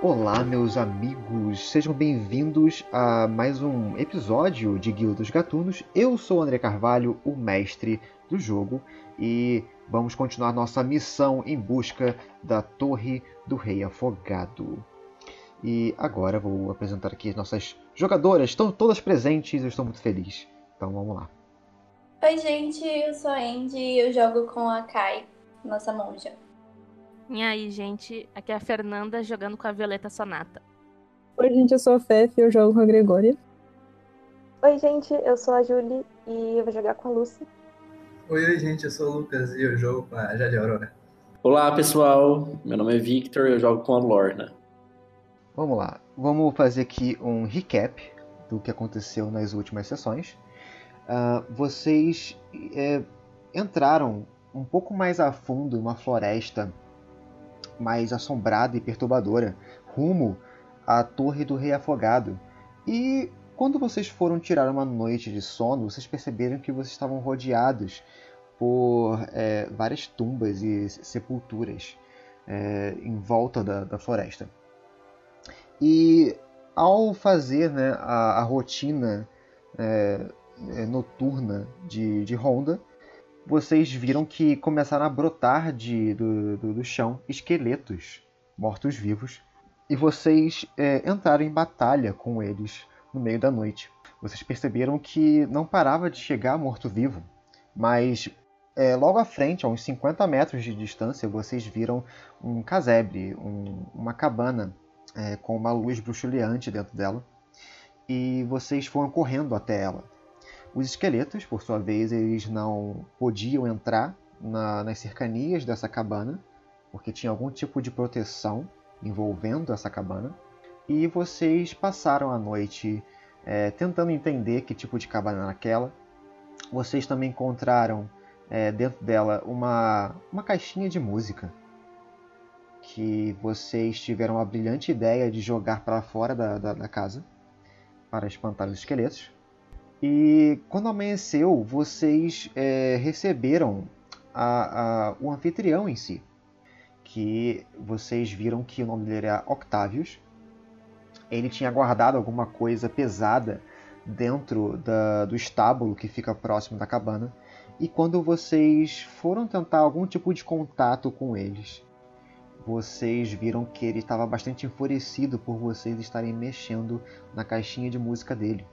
Olá, meus amigos, sejam bem-vindos a mais um episódio de Guilda dos Gatunos. Eu sou o André Carvalho, o mestre do jogo, e vamos continuar nossa missão em busca da Torre do Rei Afogado. E agora vou apresentar aqui as nossas jogadoras, estão todas presentes, eu estou muito feliz. Então vamos lá. Oi, gente, eu sou a Andy e eu jogo com a Kai, nossa monja. E aí, gente, aqui é a Fernanda jogando com a Violeta Sonata. Oi, gente, eu sou a Fef e eu jogo com a Gregória. Oi, gente, eu sou a Julie e eu vou jogar com a Lucy. Oi, gente, eu sou o Lucas e eu jogo com a Jade Aurora. Olá, pessoal, meu nome é Victor e eu jogo com a Lorna. Vamos lá, vamos fazer aqui um recap do que aconteceu nas últimas sessões. Vocês entraram um pouco mais a fundo em uma floresta mais assombrada e perturbadora, rumo à Torre do Rei Afogado. E quando vocês foram tirar uma noite de sono, vocês perceberam que vocês estavam rodeados por várias tumbas e sepulturas em volta da floresta. E ao fazer a rotina noturna de ronda, vocês viram que começaram a brotar do chão esqueletos mortos-vivos. E vocês entraram em batalha com eles no meio da noite. Vocês perceberam que não parava de chegar morto-vivo, mas logo à frente, a uns 50 metros de distância, vocês viram um casebre, uma cabana com uma luz bruxuleante dentro dela, e vocês foram correndo até ela. Os esqueletos, por sua vez, eles não podiam entrar nas cercanias dessa cabana, porque tinha algum tipo de proteção envolvendo essa cabana. E vocês passaram a noite tentando entender que tipo de cabana era aquela. Vocês também encontraram dentro dela uma caixinha de música, que vocês tiveram a brilhante ideia de jogar para fora da casa, para espantar os esqueletos. E quando amanheceu, vocês receberam o anfitrião em si, que vocês viram que o nome dele era Octavius. Ele tinha guardado alguma coisa pesada dentro do estábulo que fica próximo da cabana, e quando vocês foram tentar algum tipo de contato com eles, vocês viram que ele estava bastante enfurecido por vocês estarem mexendo na caixinha de música dele.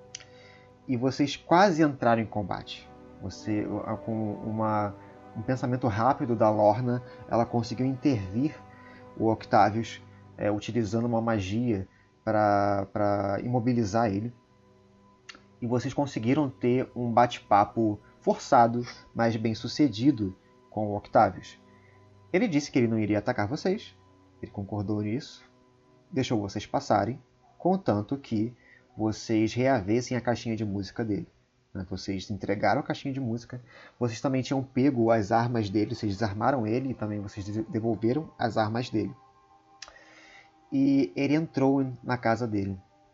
E vocês quase entraram em combate. Com um pensamento rápido da Lorna, ela conseguiu intervir o Octavius, utilizando uma magia para imobilizar ele. E vocês conseguiram ter um bate-papo forçado, mas bem sucedido com o Octavius. Ele disse que ele não iria atacar vocês, ele concordou nisso, deixou vocês passarem, contanto que vocês reavessem a caixinha de música dele. Vocês entregaram a caixinha de música, vocês também tinham pego as armas dele, vocês desarmaram ele e também vocês devolveram as armas dele. E ele entrou na casa dele,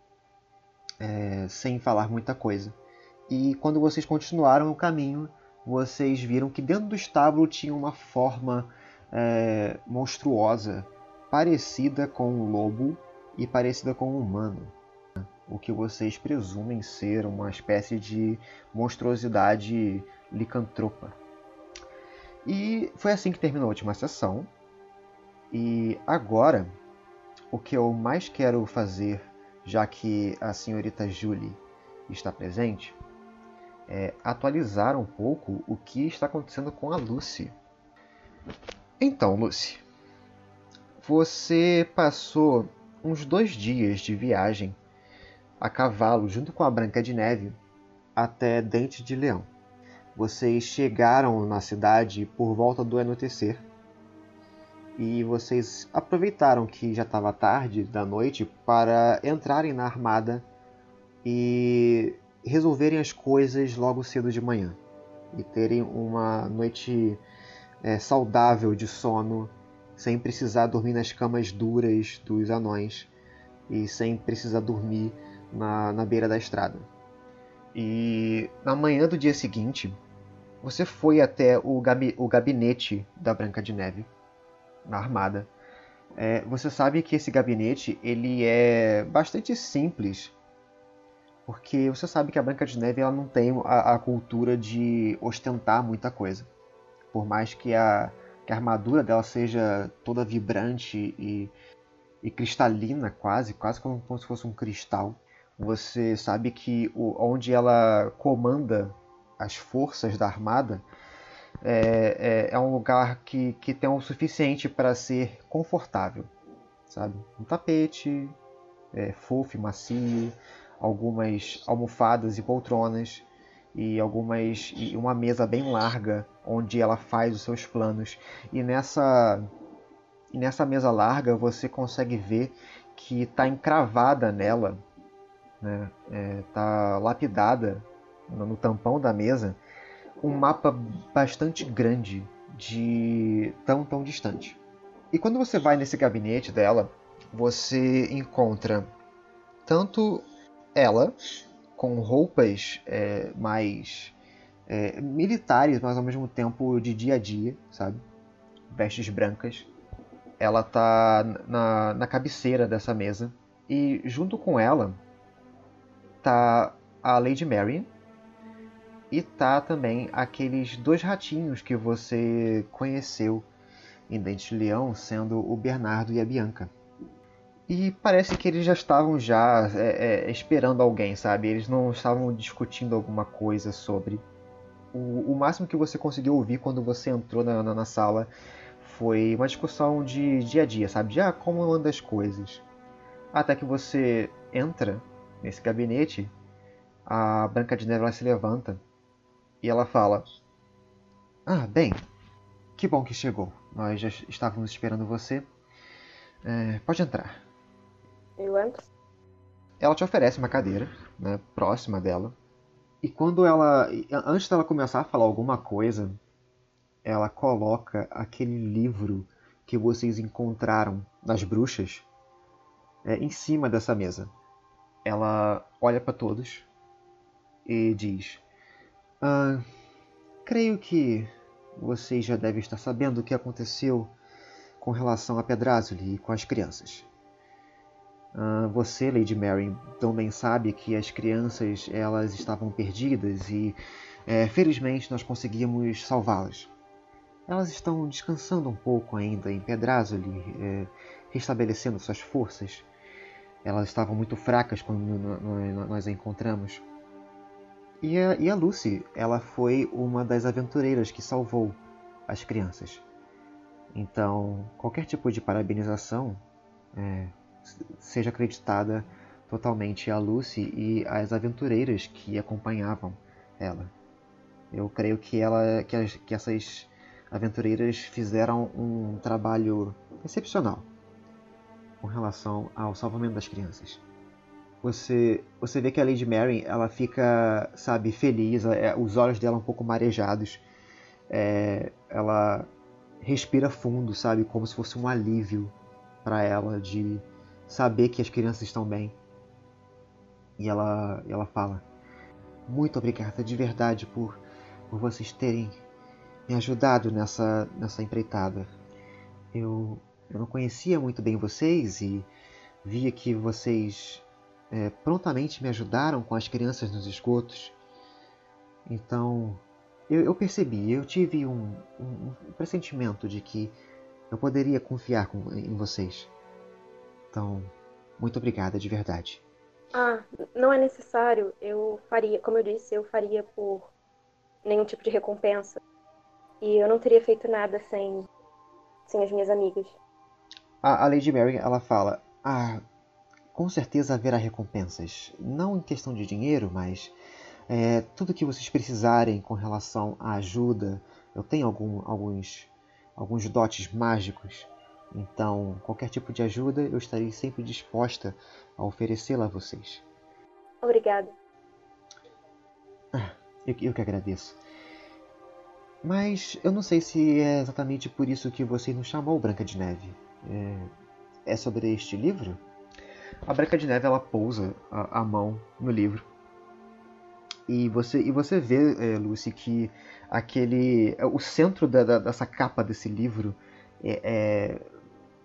sem falar muita coisa. E quando vocês continuaram o caminho, vocês viram que dentro do estábulo tinha uma forma monstruosa, parecida com um lobo e parecida com um humano. O que vocês presumem ser uma espécie de monstruosidade licantropa. E foi assim que terminou a última sessão. E agora, o que eu mais quero fazer, já que a senhorita Julie está presente, é atualizar um pouco o que está acontecendo com a Lucy. Então, Lucy, você passou uns 2 dias de viagem a cavalo junto com a Branca de Neve até Dente de Leão. Vocês chegaram na cidade por volta do anoitecer e vocês aproveitaram que já estava tarde da noite para entrarem na armada e resolverem as coisas logo cedo de manhã e terem uma noite saudável de sono, sem precisar dormir nas camas duras dos anões e sem precisar dormir na beira da estrada. E na manhã do dia seguinte, você foi até o gabinete da Branca de Neve, na armada, Você sabe que esse gabinete ele é bastante simples, porque você sabe que a Branca de Neve ela não tem a cultura de ostentar muita coisa. Por mais que a armadura dela seja toda vibrante e cristalina, quase como se fosse um cristal. Você sabe que onde ela comanda as forças da armada é um lugar que tem o suficiente para ser confortável, sabe? Um tapete fofo e macio, algumas almofadas e poltronas e uma mesa bem larga onde ela faz os seus planos. E nessa mesa larga você consegue ver que está encravada nela, né? Tá lapidada no tampão da mesa um mapa bastante grande de tão distante. E quando você vai nesse gabinete dela, você encontra tanto ela com roupas mais militares, mas ao mesmo tempo de dia a dia, sabe? Vestes brancas. Ela tá na cabeceira dessa mesa. E junto com ela tá a Lady Marian. E tá também aqueles 2 ratinhos que você conheceu em Dente de Leão, sendo o Bernardo e a Bianca. E parece que eles já estavam esperando alguém, sabe? Eles não estavam discutindo alguma coisa sobre. O máximo que você conseguiu ouvir quando você entrou na sala foi uma discussão de dia a dia, sabe? De como andam as coisas. Até que você entra nesse gabinete, a Branca de Neve ela se levanta e ela fala: "Ah, bem, que bom que chegou. Nós já estávamos esperando você. Pode entrar." Eu entro. Ela te oferece uma cadeira, né, próxima dela. E antes dela começar a falar alguma coisa, ela coloca aquele livro que vocês encontraram nas bruxas em cima dessa mesa. Ela olha para todos e diz: "Creio que vocês já devem estar sabendo o que aconteceu com relação a Pedrazuli e com as crianças. Você, Lady Mary, também sabe que as crianças elas estavam perdidas e, felizmente, nós conseguimos salvá-las. Elas estão descansando um pouco ainda em Pedrazuli, restabelecendo suas forças. Elas estavam muito fracas quando nós a encontramos. E a Lucy, ela foi uma das aventureiras que salvou as crianças. Então, qualquer tipo de parabenização seja acreditada totalmente a Lucy e às aventureiras que acompanhavam ela. Eu creio que essas aventureiras fizeram um trabalho excepcional com relação ao salvamento das crianças." Você vê que a Lady Mary ela fica, sabe, feliz, os olhos dela um pouco marejados. Ela respira fundo, sabe, como se fosse um alívio para ela de saber que as crianças estão bem. E ela fala: "Muito obrigada de verdade por vocês terem me ajudado nessa empreitada. Eu não conhecia muito bem vocês e via que vocês prontamente me ajudaram com as crianças nos esgotos. Então eu percebi, eu tive um pressentimento de que eu poderia confiar em vocês. Então, muito obrigada de verdade." Não é necessário. Eu faria, como eu disse, eu faria por nenhum tipo de recompensa. E eu não teria feito nada sem as minhas amigas. A Lady Mary ela fala: "Com certeza haverá recompensas. Não em questão de dinheiro, mas tudo que vocês precisarem com relação à ajuda. Eu tenho alguns dotes mágicos. Então, qualquer tipo de ajuda eu estarei sempre disposta a oferecê-la a vocês." Obrigada. Eu que agradeço. Mas eu não sei se é exatamente por isso que você nos chamou, Branca de Neve. É sobre este livro? A Branca de Neve ela pousa a mão no livro. E você vê, Lucy, que o centro dessa capa desse livro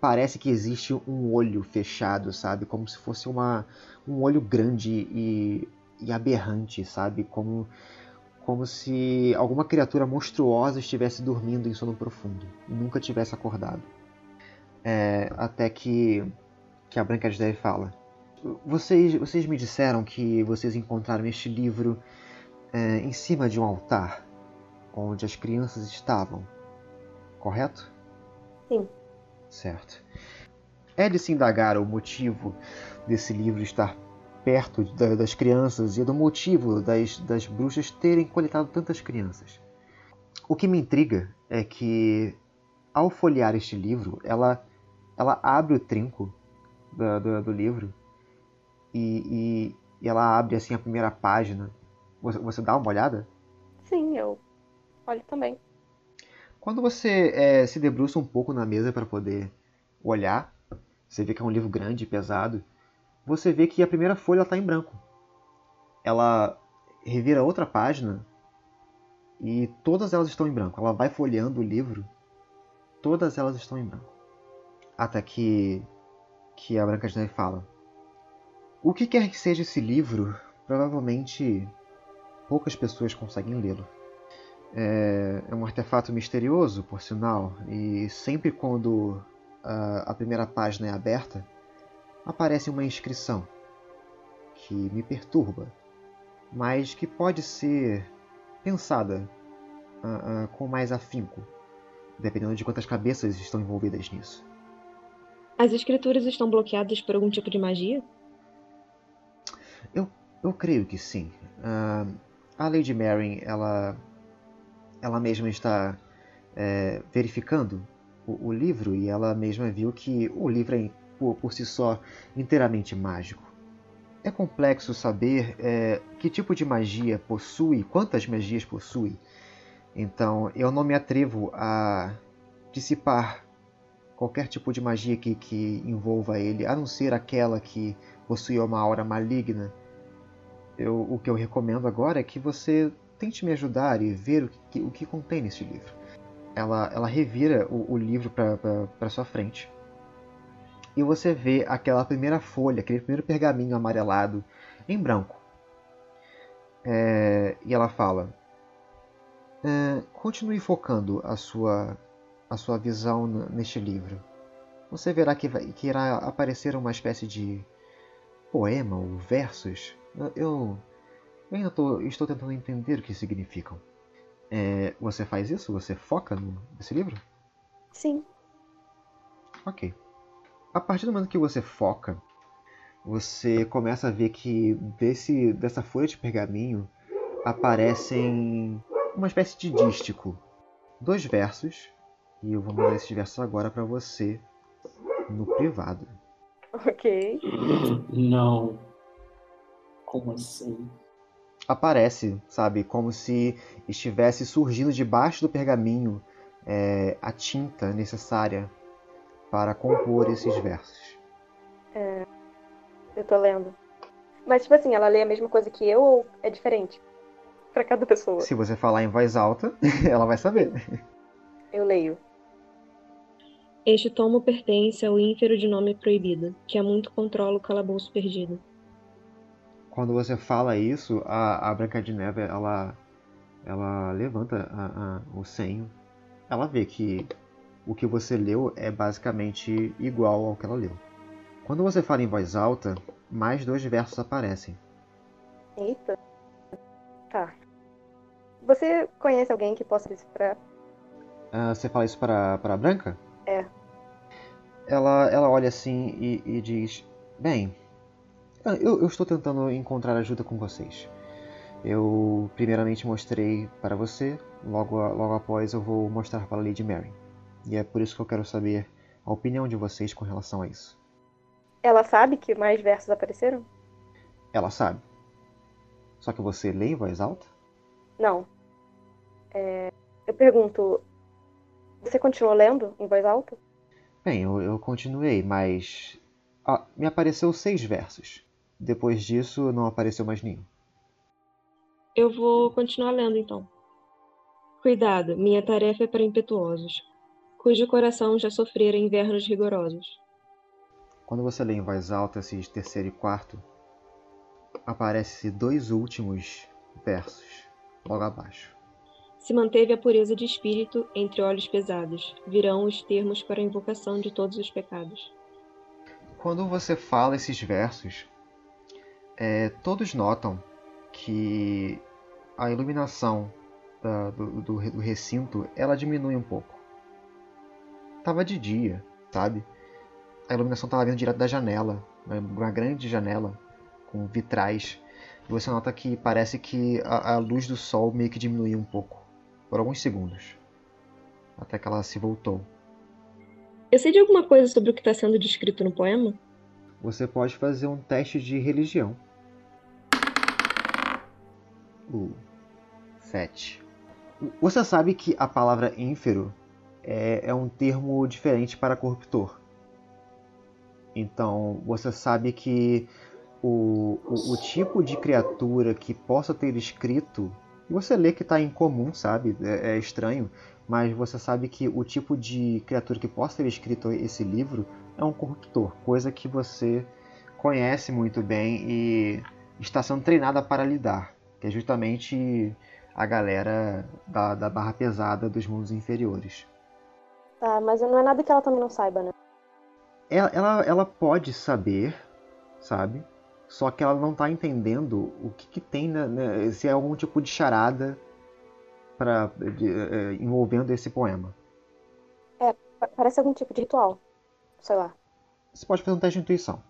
parece que existe um olho fechado, sabe? Como se fosse um olho grande e aberrante, sabe? Como se alguma criatura monstruosa estivesse dormindo em sono profundo e nunca tivesse acordado. Até que a Branca de Neve fala: vocês me disseram que vocês encontraram este livro em cima de um altar, onde as crianças estavam, correto? Sim. Certo. É de se indagar o motivo desse livro estar perto das crianças e do motivo das bruxas terem coletado tantas crianças. O que me intriga é que, ao folhear este livro, ela abre o trinco do livro e ela abre assim a primeira página. Você dá uma olhada? Sim, eu olho também. Quando você se debruça um pouco na mesa para poder olhar, você vê que é um livro grande e pesado. Você vê que a primeira folha está em branco. Ela revira outra página e todas elas estão em branco. Ela vai folheando o livro, todas elas estão em branco. Até que a Branca de Neve fala: o que quer que seja esse livro, provavelmente poucas pessoas conseguem lê-lo. É um artefato misterioso, por sinal, e sempre quando a primeira página é aberta, aparece uma inscrição que me perturba, mas que pode ser pensada com mais afinco, dependendo de quantas cabeças estão envolvidas nisso. As escrituras estão bloqueadas por algum tipo de magia? Eu creio que sim. A Lady Mary, ela mesma está verificando o livro e ela mesma viu que o livro é por si só inteiramente mágico. É complexo saber que tipo de magia possui, quantas magias possui. Então eu não me atrevo a dissipar qualquer tipo de magia que envolva ele, a não ser aquela que possui uma aura maligna. O que eu recomendo agora é que você tente me ajudar e ver o que contém nesse livro. Ela revira o livro para sua frente. E você vê aquela primeira folha, aquele primeiro pergaminho amarelado em branco. E ela fala: continue focando a sua visão neste livro. Você verá que irá aparecer uma espécie de poema ou versos. Eu ainda estou tentando entender o que significam. Você faz isso? Você foca nesse livro? Sim. Ok. A partir do momento que você foca, você começa a ver que dessa folha de pergaminho aparecem uma espécie de dístico. 2 versos, e eu vou mandar esses versos agora para você no privado. Ok. Não. Como assim? Aparece, sabe, como se estivesse surgindo debaixo do pergaminho a tinta necessária para compor esses versos. Eu tô lendo. Mas, tipo assim, ela lê a mesma coisa que eu ou é diferente? Pra cada pessoa. Se você falar em voz alta, ela vai saber. Eu leio. Este tomo pertence ao ínfero de nome proibido, que há muito controla o calabouço perdido. Quando você fala isso, a Branca de Neve, ela levanta o senho. Ela vê que o que você leu é basicamente igual ao que ela leu. Quando você fala em voz alta, mais 2 versos aparecem. Eita. Tá. Você conhece alguém que possa decifrar? Você fala isso para a Branca? É. Ela olha assim e diz: bem, eu estou tentando encontrar ajuda com vocês. Eu primeiramente mostrei para você, logo após eu vou mostrar para a Lady Mary. E é por isso que eu quero saber a opinião de vocês com relação a isso. Ela sabe que mais versos apareceram? Ela sabe. Só que você lê em voz alta? Não. Eu pergunto, você continuou lendo em voz alta? Bem, eu continuei, mas me apareceu 6 versos. Depois disso, não apareceu mais nenhum. Eu vou continuar lendo, então. Cuidado, minha tarefa é para impetuosos. cujo coração já sofrera invernos rigorosos. Quando você lê em voz alta esses terceiro e quarto, aparecem 2 últimos versos logo abaixo. Se manteve a pureza de espírito entre olhos pesados, virão os termos para a invocação de todos os pecados. Quando você fala esses versos, todos notam que a iluminação do recinto, ela diminui um pouco. Tava de dia, sabe? A iluminação estava vindo direto da janela, uma grande janela com vitrais. E você nota que parece que a luz do sol meio que diminuiu um pouco, por alguns segundos, até que ela se voltou. Eu sei de alguma coisa sobre o que está sendo descrito no poema? Você pode fazer um teste de religião. 7. Você sabe que a palavra ínfero é um termo diferente para corruptor. Então, você sabe que o tipo de criatura que possa ter escrito... Você lê que está incomum, sabe? É estranho. Mas você sabe que o tipo de criatura que possa ter escrito esse livro é um corruptor. Coisa que você conhece muito bem e está sendo treinada para lidar. Que é justamente a galera da barra pesada dos mundos inferiores. Tá, mas não é nada que ela também não saiba, né? Ela pode saber, sabe? Só que ela não tá entendendo o que tem, se é algum tipo de charada envolvendo esse poema. Parece algum tipo de ritual. Sei lá. Você pode fazer um teste de intuição.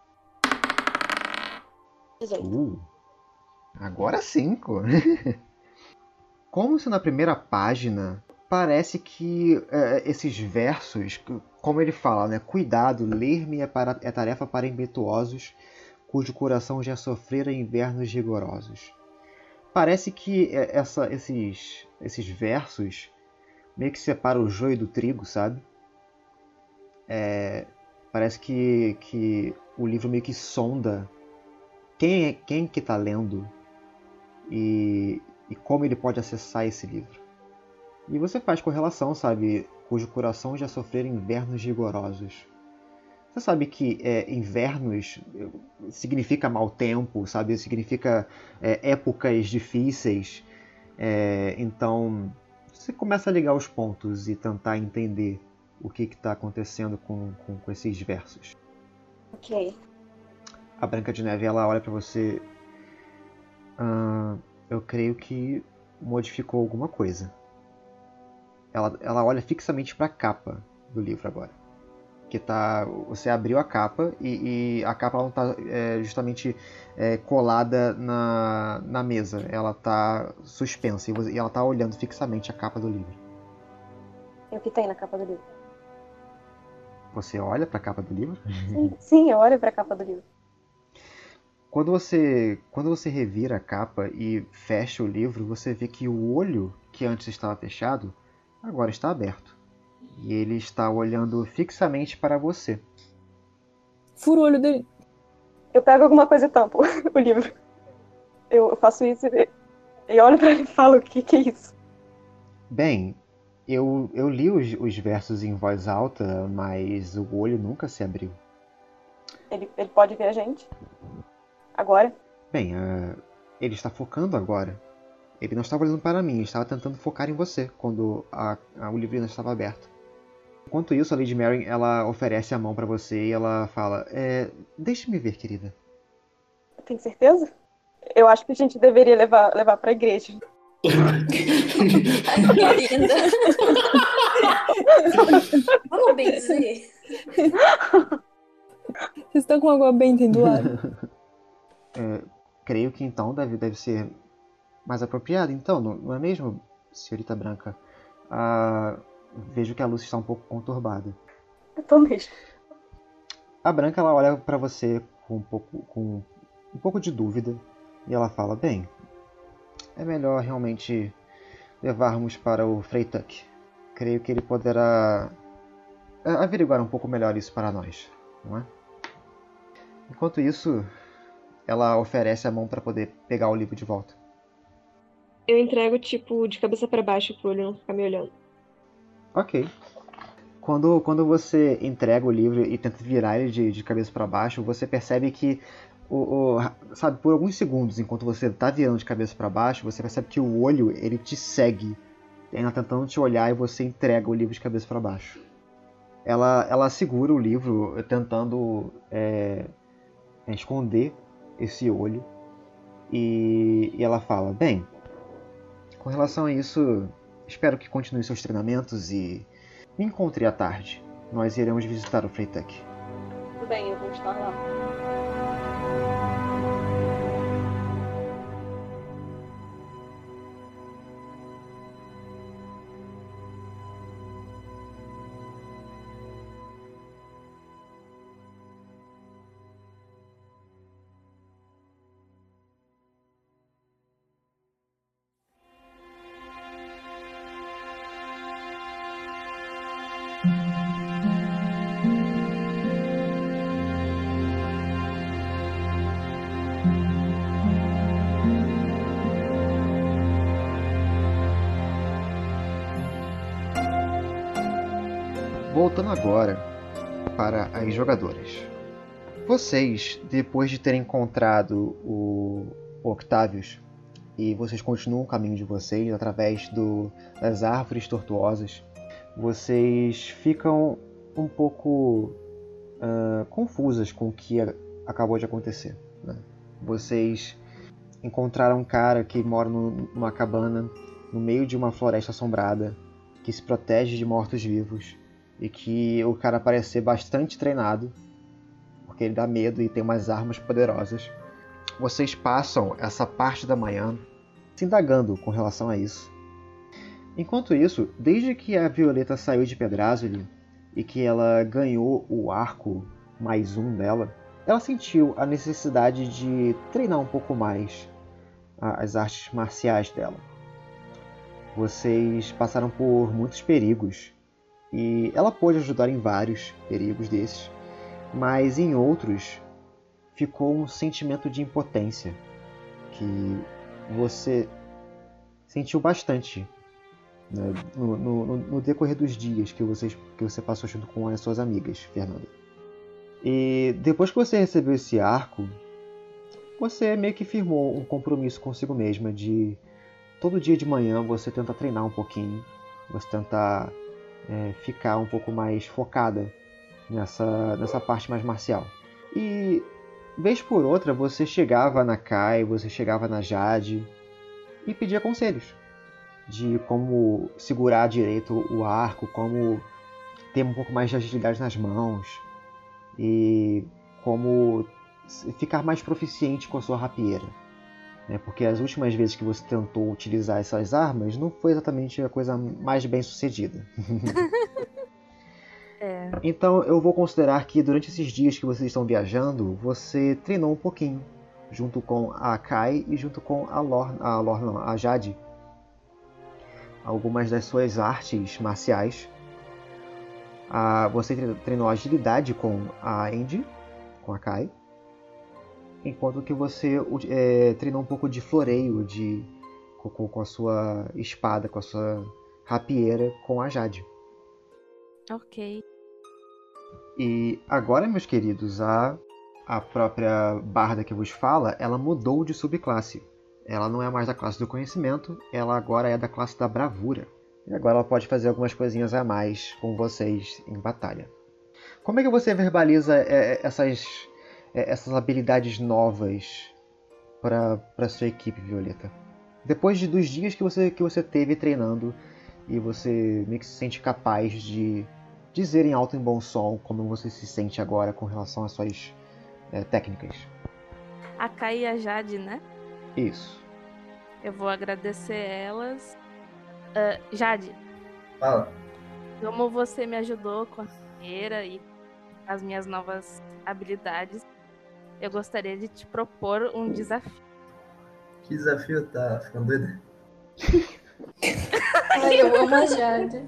18. Agora 5. Como se na primeira página parece que esses versos, como ele fala, né? Cuidado, ler-me é tarefa para impetuosos, cujo coração já sofrera invernos rigorosos. Parece que esses versos meio que separam o joio do trigo, sabe? Parece que o livro meio que sonda quem que está lendo e como ele pode acessar esse livro. E você faz correlação, sabe? Cujo coração já sofrera invernos rigorosos. Você sabe que invernos significa mau tempo, sabe? Significa épocas difíceis. Então, você começa a ligar os pontos e tentar entender o que está acontecendo com esses versos. Ok. A Branca de Neve, ela olha para você. Eu creio que modificou alguma coisa. Ela olha fixamente para a capa do livro agora. Você abriu a capa e a capa não está justamente colada na mesa. Ela está suspensa e ela está olhando fixamente a capa do livro. E o que tem na capa do livro? Você olha para a capa do livro? Sim, eu olho pra capa do livro. Quando você revira a capa e fecha o livro, você vê que o olho que antes estava fechado agora está aberto. E ele está olhando fixamente para você. Fura o olho dele. Eu pego alguma coisa e tampo o livro. Eu faço isso e olho pra ele e falo, o que é isso? Bem, eu li os versos em voz alta, mas o olho nunca se abriu. Ele pode ver a gente? Agora? Bem, ele está focando agora. Ele não estava olhando para mim, ele estava tentando focar em você quando o livro ainda estava aberto. Enquanto isso, a Lady Mary, ela oferece a mão para você e ela fala: deixe-me ver, querida. Tem certeza? Eu acho que a gente deveria levar pra igreja. Ai, que linda. Vamos benzer. Vocês estão com água benta do lado? Creio que então deve ser mais apropriado. Então, não é mesmo, senhorita Branca? Vejo que a luz está um pouco conturbada. Eu tô mesmo. A Branca, ela olha para você com um pouco de dúvida e ela fala: bem, é melhor realmente levarmos para o Freytuck. Creio que ele poderá averiguar um pouco melhor isso para nós, não é? Enquanto isso, ela oferece a mão para poder pegar o livro de volta. Eu entrego, tipo, de cabeça pra baixo pro olho não ficar me olhando. Ok. Quando você entrega o livro e tenta virar ele de cabeça para baixo, você percebe que, sabe, por alguns segundos, enquanto você está virando de cabeça para baixo, você percebe que o olho ele te segue, ainda tentando te olhar, e você entrega o livro de cabeça para baixo. Ela segura o livro, tentando esconder esse olho, e ela fala: bem, com relação a isso, espero que continue seus treinamentos e me encontre à tarde. Nós iremos visitar o Freytech. Tudo bem, eu vou estar lá. Voltando agora para as jogadoras. Vocês, depois de terem encontrado o Octavius, e vocês continuam o caminho de vocês através das árvores tortuosas, vocês ficam um pouco confusas com o que acabou de acontecer, né? Vocês encontraram um cara que mora numa cabana no meio de uma floresta assombrada, que se protege de mortos-vivos, e que o cara parece ser bastante treinado, porque ele dá medo e tem umas armas poderosas. Vocês passam essa parte da manhã se indagando com relação a isso. Enquanto isso, desde que a Violeta saiu de Pedrazoli e que ela ganhou o arco +1 dela, ela sentiu a necessidade de treinar um pouco mais as artes marciais dela. Vocês passaram por muitos perigos, e ela pôde ajudar em vários perigos desses, mas em outros ficou um sentimento de impotência que você sentiu bastante, né, no decorrer dos dias que você passou junto com as suas amigas, Fernanda. E depois que você recebeu esse arco, você meio que firmou um compromisso consigo mesma de todo dia de manhã você tenta treinar um pouquinho, você tentar ficar um pouco mais focada nessa parte mais marcial. E vez por outra você chegava na Kai, você chegava na Jade e pedia conselhos de como segurar direito o arco, como ter um pouco mais de agilidade nas mãos e como ficar mais proficiente com a sua rapieira, né? Porque as últimas vezes que você tentou utilizar essas armas não foi exatamente a coisa mais bem sucedida. Então eu vou considerar que durante esses dias que vocês estão viajando, você treinou um pouquinho junto com a Kai e junto com a Jade, algumas das suas artes marciais. Você treinou agilidade com a Andy, com a Kai, enquanto que você treinou um pouco de floreio com a sua espada, com a sua rapieira com a Jade. Ok. E agora, meus queridos, a própria Barda que vos fala, ela mudou de subclasse. Ela não é mais da classe do conhecimento, ela agora é da classe da bravura. E agora ela pode fazer algumas coisinhas a mais com vocês em batalha. Como é que você verbaliza essas habilidades novas para sua equipe, Violeta? Depois dos dias que você teve treinando e você meio que se sente capaz de dizer em alto e bom som como você se sente agora com relação às suas técnicas. A Kai e a Jade, né? Isso. Eu vou agradecer elas. Jade. Fala. Como você me ajudou com a carreira e as minhas novas habilidades, eu gostaria de te propor um desafio. Que desafio? Tá ficando doida? Ai, eu amo a Jade.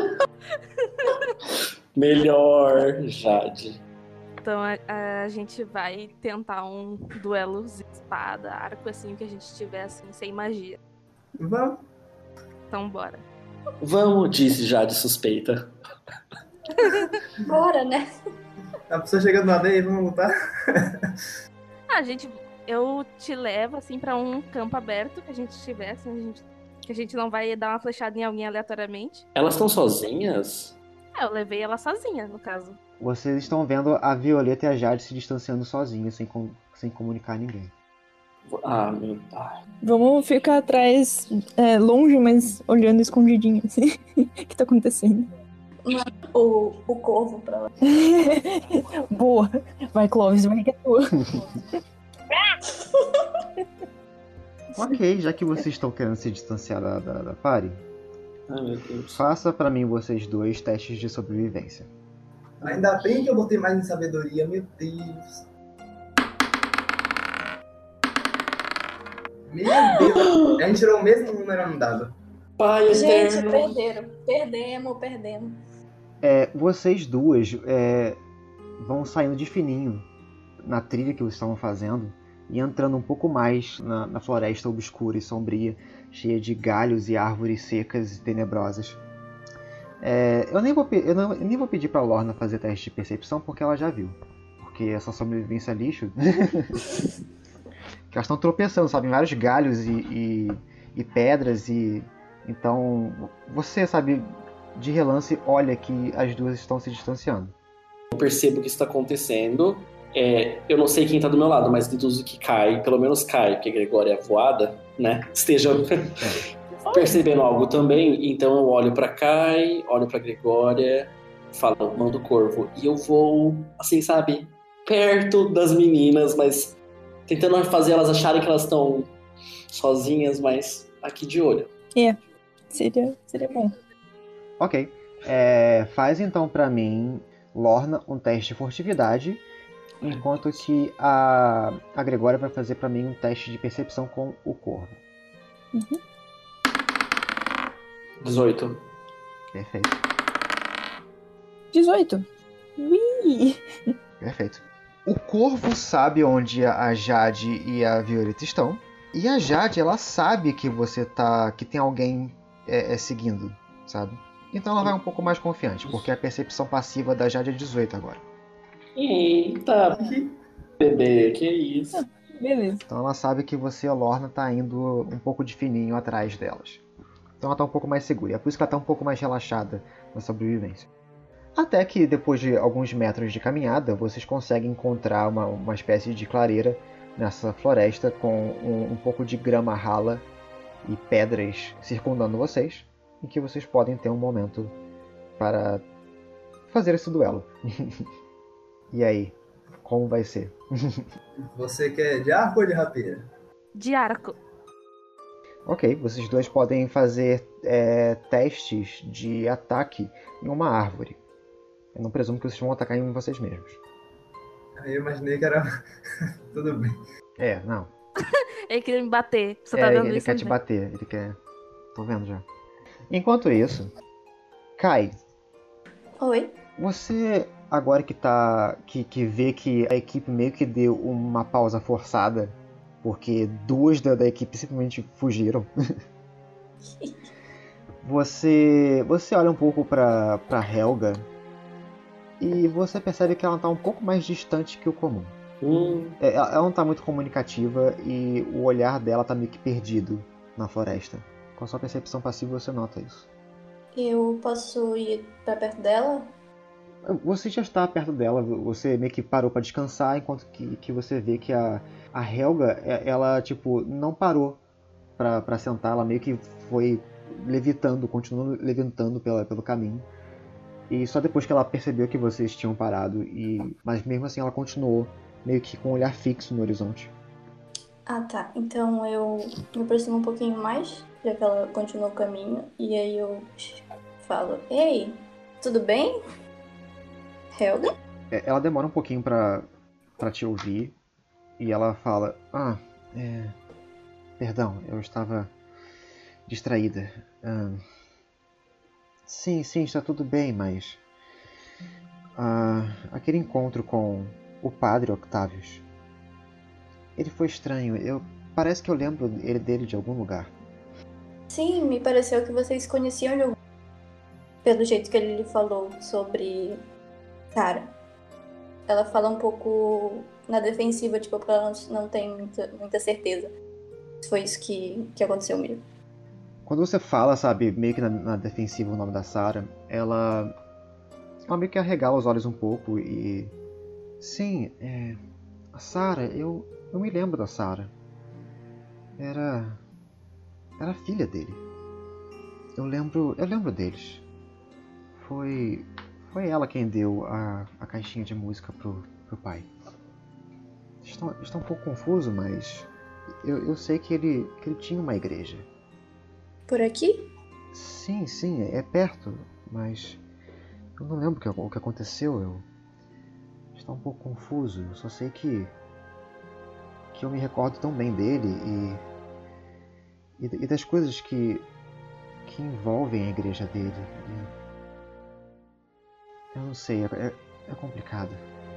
Melhor, Jade. Então a gente vai tentar um duelo de espada, arco, assim, que a gente tiver assim, sem magia. Vamos. Então bora. Vamos, disse Jade suspeita. Bora, né? A pessoa chegando na aldeia, vamos lutar? Ah, eu te levo, assim, pra um campo aberto que a gente tiver, assim, que a gente não vai dar uma flechada em alguém aleatoriamente. Elas estão sozinhas? Eu levei ela sozinha, no caso. Vocês estão vendo a Violeta e a Jade se distanciando sozinhas, sem comunicar a ninguém. Ah, meu... Vamos ficar atrás, longe, mas olhando escondidinho, assim. O que tá acontecendo? O corvo pra lá. Boa. Vai, Clovis, vai que é tua. Ok, já que vocês estão querendo se distanciar da party, Ai, meu Deus. faça pra mim vocês dois testes de sobrevivência. Ainda bem que eu botei mais em sabedoria, meu Deus. Meu Deus. A gente tirou o mesmo número no dado. Pai Gente, eterno. perdemos. Vocês duas vão saindo de fininho na trilha que vocês estavam fazendo e entrando um pouco mais na floresta obscura e sombria, cheia de galhos e árvores secas e tenebrosas. Eu nem vou pedir pra Lorna fazer teste de percepção porque ela já viu. Porque essa sobrevivência é lixo. Que elas estão tropeçando, sabe, em vários galhos e pedras e... Então, você, sabe, de relance, olha que as duas estão se distanciando. Eu percebo que isso está acontecendo. Eu não sei quem tá do meu lado, mas deduzo que Kai, pelo menos Kai, porque Gregória é voada, né? Esteja percebendo algo também. Então eu olho pra Kai, olho pra Gregória, falo, mando o corvo. E eu vou, assim, sabe, perto das meninas, mas tentando fazer elas acharem que elas estão sozinhas, mas aqui de olho. Seria bom. Ok. Faz então pra mim, Lorna, um teste de furtividade, enquanto que a Gregória vai fazer pra mim um teste de percepção com o corvo. 18. Perfeito. 18. Ui! Perfeito. O corvo sabe onde a Jade e a Violeta estão. E a Jade, ela sabe que que tem alguém seguindo, sabe? Então ela vai um pouco mais confiante, porque a percepção passiva da Jade é 18 agora. Eita, bebê, que isso? Beleza. Então ela sabe que você, a Lorna, tá indo um pouco de fininho atrás delas. Então ela tá um pouco mais segura. E é por isso que ela tá um pouco mais relaxada na sobrevivência. Até que depois de alguns metros de caminhada, vocês conseguem encontrar uma espécie de clareira nessa floresta com um pouco de grama rala e pedras circundando vocês, em que vocês podem ter um momento para fazer esse duelo. E aí, como vai ser? Você quer de arco ou de rapieira? De arco. Ok, vocês dois podem fazer testes de ataque em uma árvore. Eu não presumo que vocês vão atacar em vocês mesmos. Aí eu imaginei que era... Tudo bem. Não. Ele queria me bater. Você tá vendo Ele isso? quer te né? bater, ele quer... Tô vendo já. Enquanto isso, Kai, Oi? você agora que vê que a equipe meio que deu uma pausa forçada, porque duas da equipe simplesmente fugiram. Você olha um pouco pra Helga e você percebe que ela tá um pouco mais distante que o comum. Ela não tá muito comunicativa e o olhar dela tá meio que perdido na floresta. Com a sua percepção passiva você nota isso. Eu posso ir pra perto dela? Você já está perto dela, você meio que parou pra descansar, enquanto que você vê que a Helga, ela tipo, não parou pra sentar, ela meio que foi levitando, continuou levitando pelo caminho. E só depois que ela percebeu que vocês tinham parado, mas mesmo assim ela continuou meio que com um olhar fixo no horizonte. Ah, tá. Então eu me aproximo um pouquinho mais, já que ela continuou o caminho. E aí eu falo, ei, tudo bem? Helga? Ela demora um pouquinho pra te ouvir e ela fala, perdão, eu estava distraída. Sim, está tudo bem, mas aquele encontro com o padre Octavius, ele foi estranho. Parece que eu lembro dele de algum lugar. Sim, me pareceu que vocês conheciam de algum... pelo jeito que ele lhe falou sobre Cara, ela fala um pouco na defensiva, tipo, porque ela não tem muita certeza. Foi isso que aconteceu mesmo. Quando você fala, sabe, meio que na defensiva o nome da Sarah, ela meio que arregala os olhos um pouco e... Sim, a Sarah, eu me lembro da Sarah. Era filha dele. Eu lembro deles. Foi ela quem deu a caixinha de música pro pai. Está um pouco confuso, mas eu sei que ele tinha uma igreja. Por aqui? Sim, é perto, mas eu não lembro o que aconteceu. Está um pouco confuso. Eu só sei que eu me recordo tão bem dele e das coisas que envolvem a igreja dele. Eu não sei, é complicado.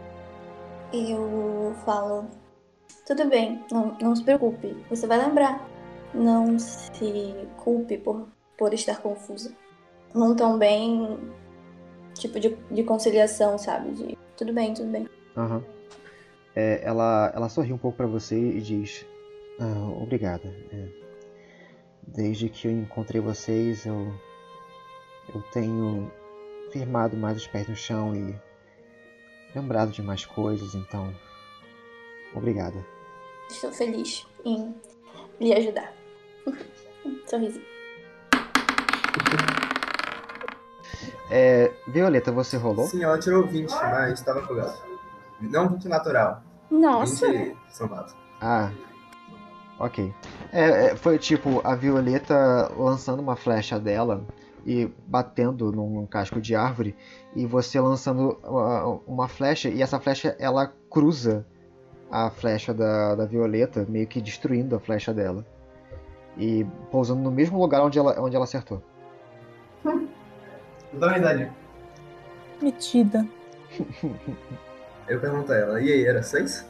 Eu falo, tudo bem, não se preocupe, você vai lembrar. Não se culpe por estar confusa. Num tom bem, tipo, de conciliação, sabe? Tudo bem. Aham. Ela sorri um pouco pra você e diz, obrigada. Desde que eu encontrei vocês, eu tenho firmado mais os pés no chão e lembrado de mais coisas, então obrigada. Estou feliz em lhe ajudar. Sorrisinho. Violeta, você rolou? Sim, ela tirou 20, mas estava afogado. Não 20 natural. Nossa. 20 somado. Ah, ok. Foi tipo a Violeta lançando uma flecha dela e batendo num casco de árvore, e você lançando uma flecha, e essa flecha ela cruza a flecha da Violeta, meio que destruindo a flecha dela e pousando no mesmo lugar onde ela acertou. Dá uma idade. Metida. Eu pergunto a ela, e aí, era 6?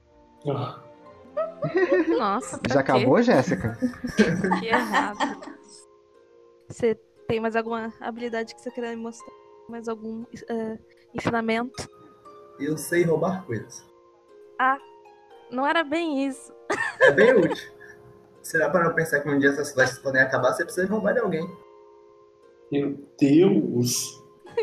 Nossa, pra Já quê? acabou, Jéssica? Que errado. Você tem mais alguma habilidade que você queira me mostrar? Mais algum ensinamento? Eu sei roubar coisas. Ah, não era bem isso. É bem útil. Será para não pensar que um dia essas flechas podem acabar, você precisa roubar de alguém. Meu Deus!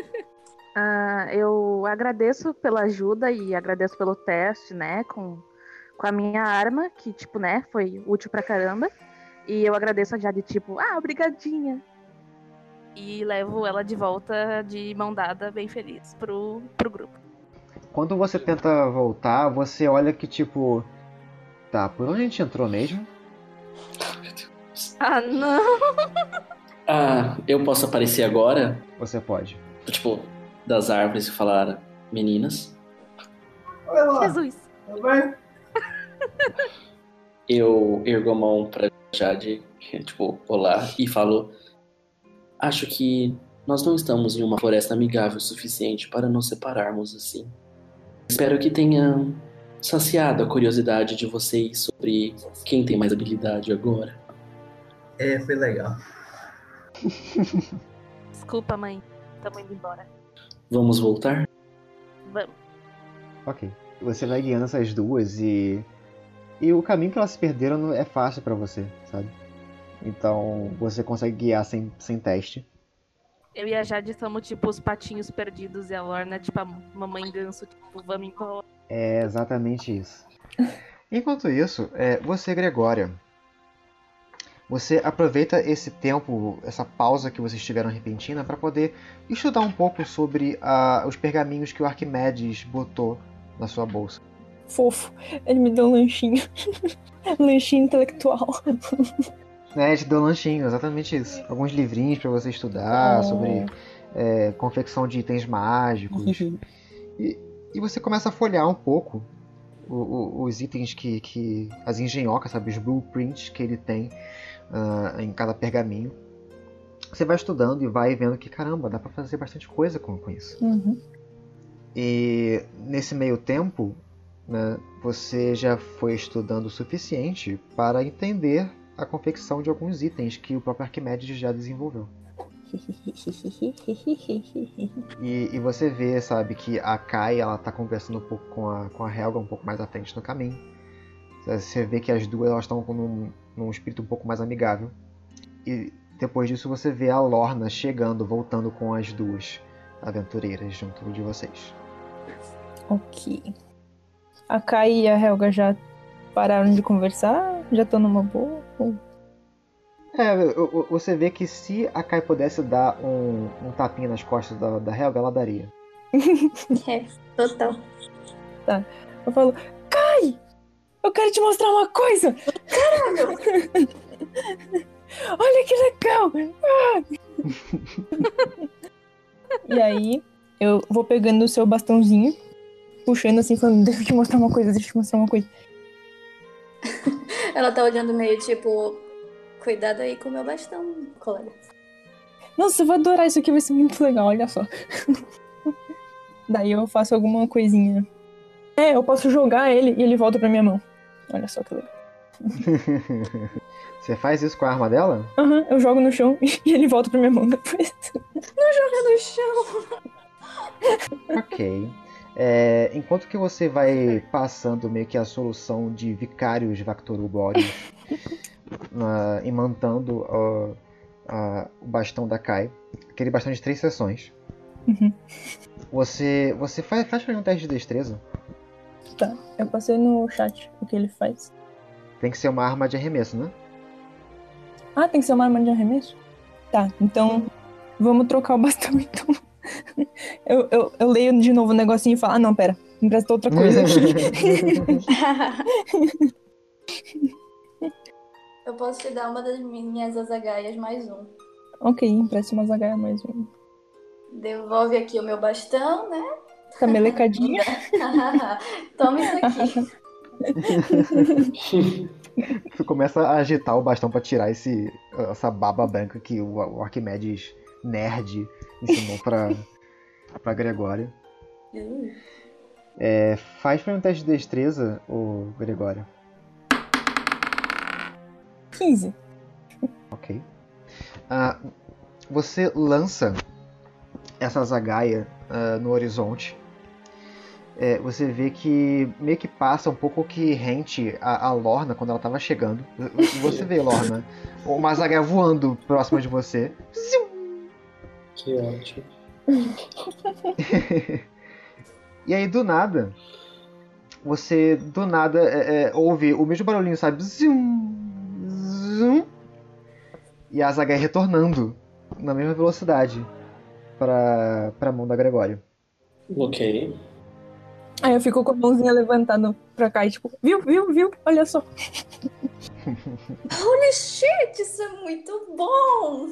Eu agradeço pela ajuda e agradeço pelo teste, né, com a minha arma, que, tipo, né, foi útil pra caramba. E eu agradeço a Jade, tipo, obrigadinha. E levo ela de volta de mão dada, bem feliz, pro grupo. Quando você tenta voltar, você olha que tipo... Tá, por onde a gente entrou mesmo? Ah, não! Eu posso aparecer agora? Você pode. Tipo, das árvores e falar, meninas. Olha lá. Jesus! Tudo bem? Eu ergo a mão pra Jade, tipo, olá, e falo, acho que nós não estamos em uma floresta amigável o suficiente para nos separarmos assim. Espero que tenha saciado a curiosidade de vocês sobre quem tem mais habilidade agora. Foi legal. Desculpa, mãe. Tamo indo embora. Vamos voltar? Vamos. Ok. Você vai guiando essas duas e o caminho que elas se perderam é fácil pra você, sabe? Então você consegue guiar sem teste. Eu e a Jade somos tipo os patinhos perdidos e a Lorna, tipo a mamãe ganso, tipo, vamos embora. É exatamente isso. Enquanto isso, você, Gregória, você aproveita esse tempo, essa pausa que vocês tiveram repentina, para poder estudar um pouco sobre os pergaminhos que o Arquimedes botou na sua bolsa. Fofo. Ele me deu um lanchinho. Lanchinho intelectual. Te deu um lanchinho, exatamente isso. Alguns livrinhos para você estudar sobre confecção de itens mágicos. E você começa a folhear um pouco os itens que as engenhocas, sabe, os blueprints que ele tem em cada pergaminho. Você vai estudando e vai vendo que, caramba, dá pra fazer bastante coisa com isso. Uhum. E nesse meio tempo, né, você já foi estudando o suficiente para entender a confecção de alguns itens que o próprio Arquimedes já desenvolveu. E você vê, sabe, que a Kai, ela tá conversando um pouco com a Helga um pouco mais à frente no caminho. Você vê que as duas elas estão num espírito um pouco mais amigável. E depois disso você vê a Lorna chegando, voltando com as duas aventureiras junto de vocês. Ok. A Kai e a Helga já pararam de conversar? Já estão numa boa? Você vê que se a Kai pudesse dar um tapinha nas costas da Helga, ela daria. É, total. Tá. Eu falo, Kai! Eu quero te mostrar uma coisa! Caralho! Olha que legal! E aí, eu vou pegando o seu bastãozinho, puxando assim, falando, deixa eu te mostrar uma coisa, deixa eu te mostrar uma coisa. Ela tá olhando meio tipo, cuidado aí com o meu bastão, colega. Nossa, você vai adorar, isso aqui vai ser muito legal, olha só. Daí eu faço alguma coisinha. Eu posso jogar ele e ele volta pra minha mão. Olha só que legal. Você faz isso com a arma dela? Aham, eu jogo no chão e ele volta pra minha mão depois. Não joga no chão! Ok. Enquanto que você vai passando meio que a solução de vicários Vactorubóreos, imantando o bastão da Kai, aquele bastão de 3 sessões, você faz pra um teste de destreza. Tá, eu passei no chat o que ele faz. Tem que ser uma arma de arremesso, né? Ah, tem que ser uma arma de arremesso? Tá, então vamos trocar o bastão então. Eu leio de novo o negocinho e falo, não, pera, me empresta outra coisa aqui. Eu posso te dar uma das minhas azagaias mais um. Ok, empresta uma zagaia mais um. Devolve aqui o meu bastão, né? Tá melecadinha. Toma isso aqui. Você começa a agitar o bastão pra tirar essa baba branca que o Arquimedes nerd ensinou pra Gregório. Faz pra um teste de destreza, ô Gregório. 15. Ok. Você lança essa zagaia no horizonte. Você vê que meio que passa um pouco que rente a Lorna quando ela tava chegando. Você vê, Lorna, uma zagaia voando próxima de você. Que ótimo. E aí, do nada, você, ouve o mesmo barulhinho, sabe? Zum, zum, e a zagaia retornando na mesma velocidade pra mão da Gregório. Ok. Aí eu fico com a mãozinha levantada pra cá e tipo, viu? Olha só. Holy shit, isso é muito bom!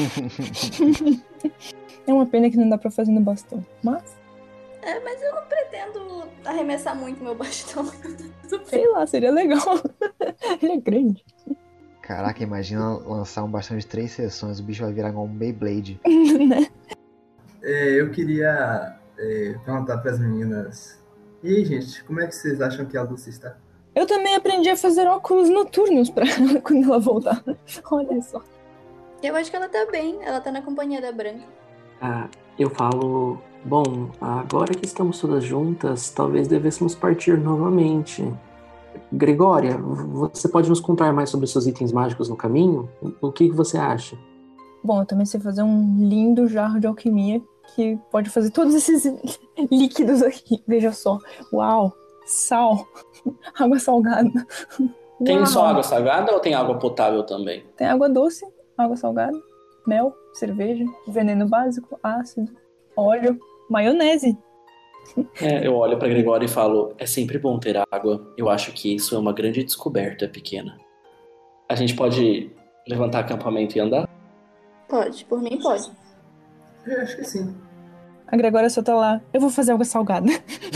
É uma pena que não dá pra fazer no bastão, mas... Mas eu não pretendo arremessar muito meu bastão. Sei lá, seria legal. Ele é grande. Caraca, imagina lançar um bastão de 3 sessões, o bicho vai virar igual um Beyblade. Né? Eu queria perguntar pras meninas. E aí, gente, como é que vocês acham que a Lucy está? Eu também aprendi a fazer óculos noturnos pra ela quando ela voltar. Olha só. Eu acho que ela tá bem, ela tá na companhia da Branca. Eu falo, bom, agora que estamos todas juntas, talvez devêssemos partir novamente. Gregória, você pode nos contar mais sobre seus itens mágicos no caminho? O que você acha? Bom, eu também sei fazer um lindo jarro de alquimia que pode fazer todos esses líquidos aqui. Veja só. Uau! Sal. Água salgada. Tem Uau. só água salgada ou tem água potável também? Tem água doce, água salgada, mel, cerveja, veneno básico, ácido, óleo, maionese. Eu olho pra Gregório e falo, é sempre bom ter água. Eu acho que isso é uma grande descoberta pequena. A gente pode levantar acampamento e andar? Pode, por mim pode. Eu acho que sim. A Gregória só tá lá. Eu vou fazer água salgada.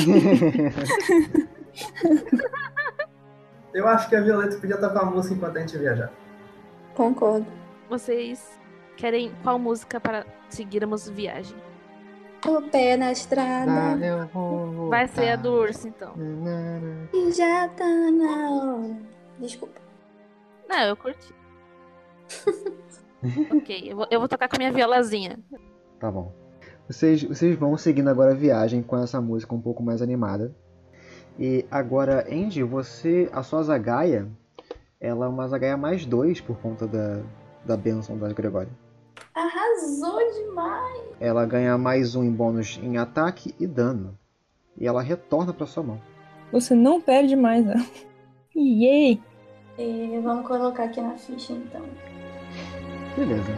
Eu acho que a Violeta podia tocar uma música enquanto a gente viajar. Concordo. Vocês querem qual música para seguirmos viagem? O pé na estrada. Vai ser a do urso, então. E já tá na hora. Desculpa. Não, eu curti. Ok, eu vou tocar com a minha violazinha. Tá bom. Vocês vão seguindo agora a viagem com essa música um pouco mais animada. E agora, Andy, a sua zagaia, ela é uma zagaia mais 2 por conta da bênção da Gregória. Arrasou demais! Ela ganha mais 1 em bônus em ataque e dano. E ela retorna pra sua mão. Você não perde mais, né? Yay! E vamos colocar aqui na ficha, então. Beleza.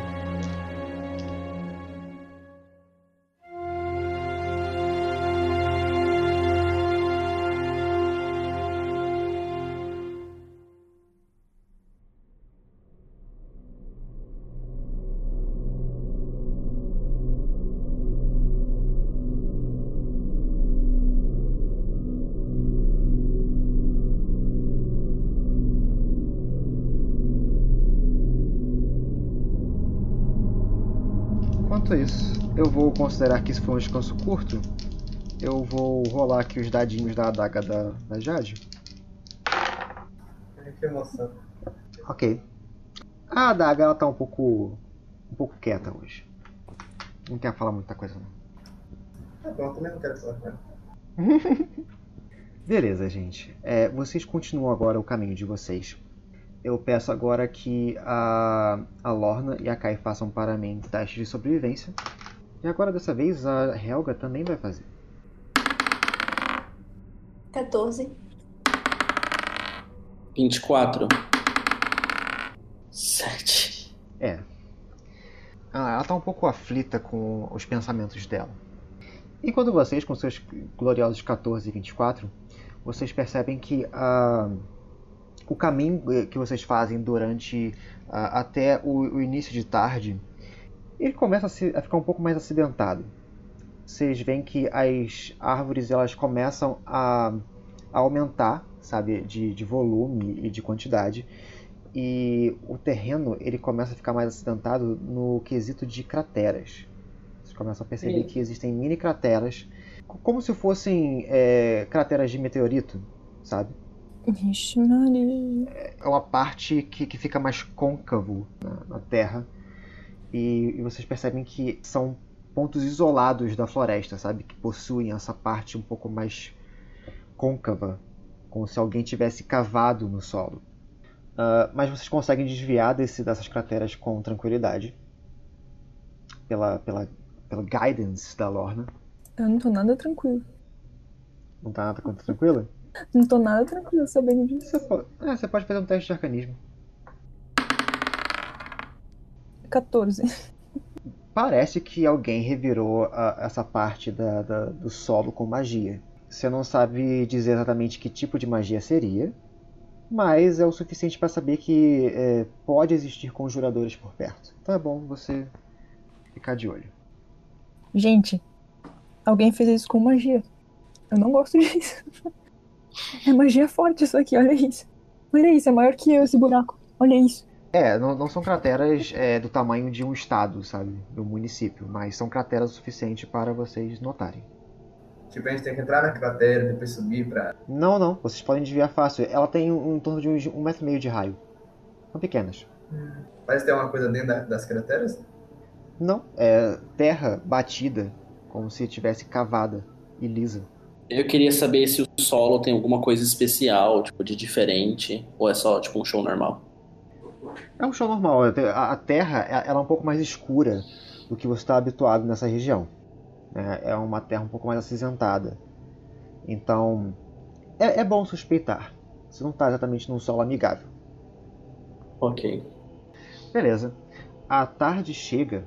Enquanto isso, eu vou considerar que isso foi um descanso curto. Eu vou rolar aqui os dadinhos da adaga da Jade. Que emoção. Ok. A adaga, ela tá um pouco quieta hoje. Não quer falar muita coisa, não. Tá bom, também não quero falar com ela. Beleza, gente. Vocês continuam agora o caminho de vocês. Eu peço agora que a Lorna e a Kai façam para mim testes de sobrevivência. E agora, dessa vez, a Helga também vai fazer. 14. 24. 7. Ela tá um pouco aflita com os pensamentos dela. Enquanto vocês, com seus gloriosos 14 e 24, vocês percebem que o caminho que vocês fazem durante até o início de tarde, ele começa a ficar um pouco mais acidentado. Vocês veem que as árvores elas começam a aumentar, sabe, de volume e de quantidade, e o terreno ele começa a ficar mais acidentado no quesito de crateras. Vocês começam a perceber que existem mini crateras, como se fossem crateras de meteorito, sabe? Vixe, Maria. É uma parte que fica mais côncavo na Terra, e vocês percebem que são pontos isolados da floresta, sabe? Que possuem essa parte um pouco mais côncava, como se alguém tivesse cavado no solo. Mas vocês conseguem desviar dessas crateras com tranquilidade, pela guidance da Lorna. Eu não tô nada tranquilo. Não tá nada tranquila? Não tô nada tranquilo sabendo disso. Você pode fazer um teste de arcanismo. 14. Parece que alguém revirou essa parte do solo com magia. Você não sabe dizer exatamente que tipo de magia seria, mas é o suficiente para saber que pode existir conjuradores por perto. Então é bom você ficar de olho. Gente, alguém fez isso com magia. Eu não gosto disso. É magia forte isso aqui, olha isso. Olha isso, é maior que eu esse buraco. Olha isso. Não são crateras do tamanho de um estado, sabe? Do município, mas são crateras o suficiente para vocês notarem. Tipo, a gente tem que entrar na cratera, depois subir pra... Não, vocês podem desviar fácil. Ela tem em torno de 1,5 metro de raio. São pequenas. Parece ter uma coisa dentro das crateras? Não, é terra batida, como se tivesse cavada e lisa. Eu queria saber se o solo tem alguma coisa especial, tipo, de diferente, ou é só, tipo, um chão normal? É um chão normal. A terra ela é um pouco mais escura do que você está habituado nessa região. É uma terra um pouco mais acinzentada. Então, é bom suspeitar. Você não está exatamente num solo amigável. Ok. Beleza. A tarde chega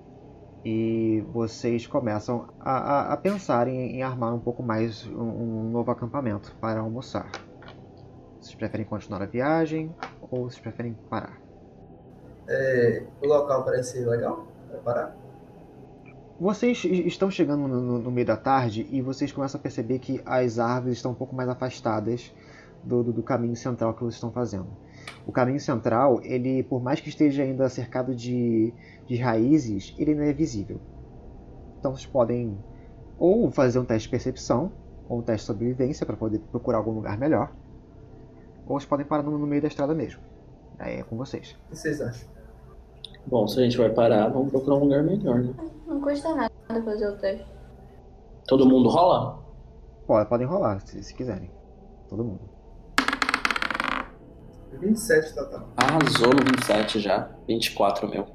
e vocês começam a pensar em armar um pouco mais um novo acampamento para almoçar. Vocês preferem continuar a viagem ou vocês preferem parar? O local parece legal para parar? Vocês estão chegando no meio da tarde e vocês começam a perceber que as árvores estão um pouco mais afastadas do caminho central que vocês estão fazendo. O caminho central, ele, por mais que esteja ainda cercado de raízes, ele não é visível. Então vocês podem ou fazer um teste de percepção, ou um teste de sobrevivência para poder procurar algum lugar melhor, ou vocês podem parar no meio da estrada mesmo. Aí é com vocês. O que vocês acham? Bom, se a gente vai parar, vamos procurar um lugar melhor, né? Não custa nada fazer o teste. Todo mundo rola? Podem rolar, se quiserem. Todo mundo. 27 total. Arrasou no 27 já. 24, meu.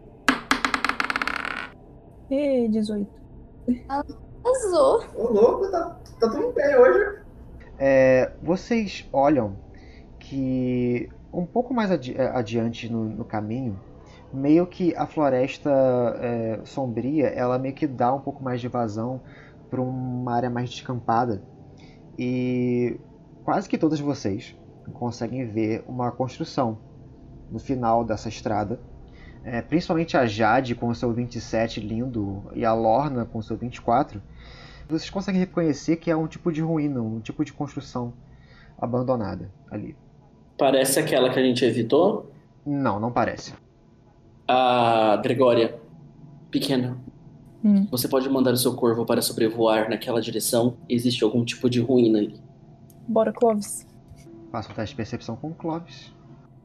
E 18. Arrasou. Ô, louco, tá tudo bem hoje. Vocês olham que um pouco mais adiante no caminho, meio que a floresta sombria, ela meio que dá um pouco mais de vazão para uma área mais descampada. E quase que todos vocês conseguem ver uma construção no final dessa estrada. Principalmente a Jade com o seu 27 lindo e a Lorna com o seu 24. Vocês conseguem reconhecer que é um tipo de ruína, um tipo de construção abandonada ali. Parece aquela que a gente evitou? Não parece. A Gregória, pequena, Hum. você pode mandar o seu corvo para sobrevoar naquela direção? Existe algum tipo de ruína ali? Bora, Clovis. Faça um teste de percepção com o Clovis.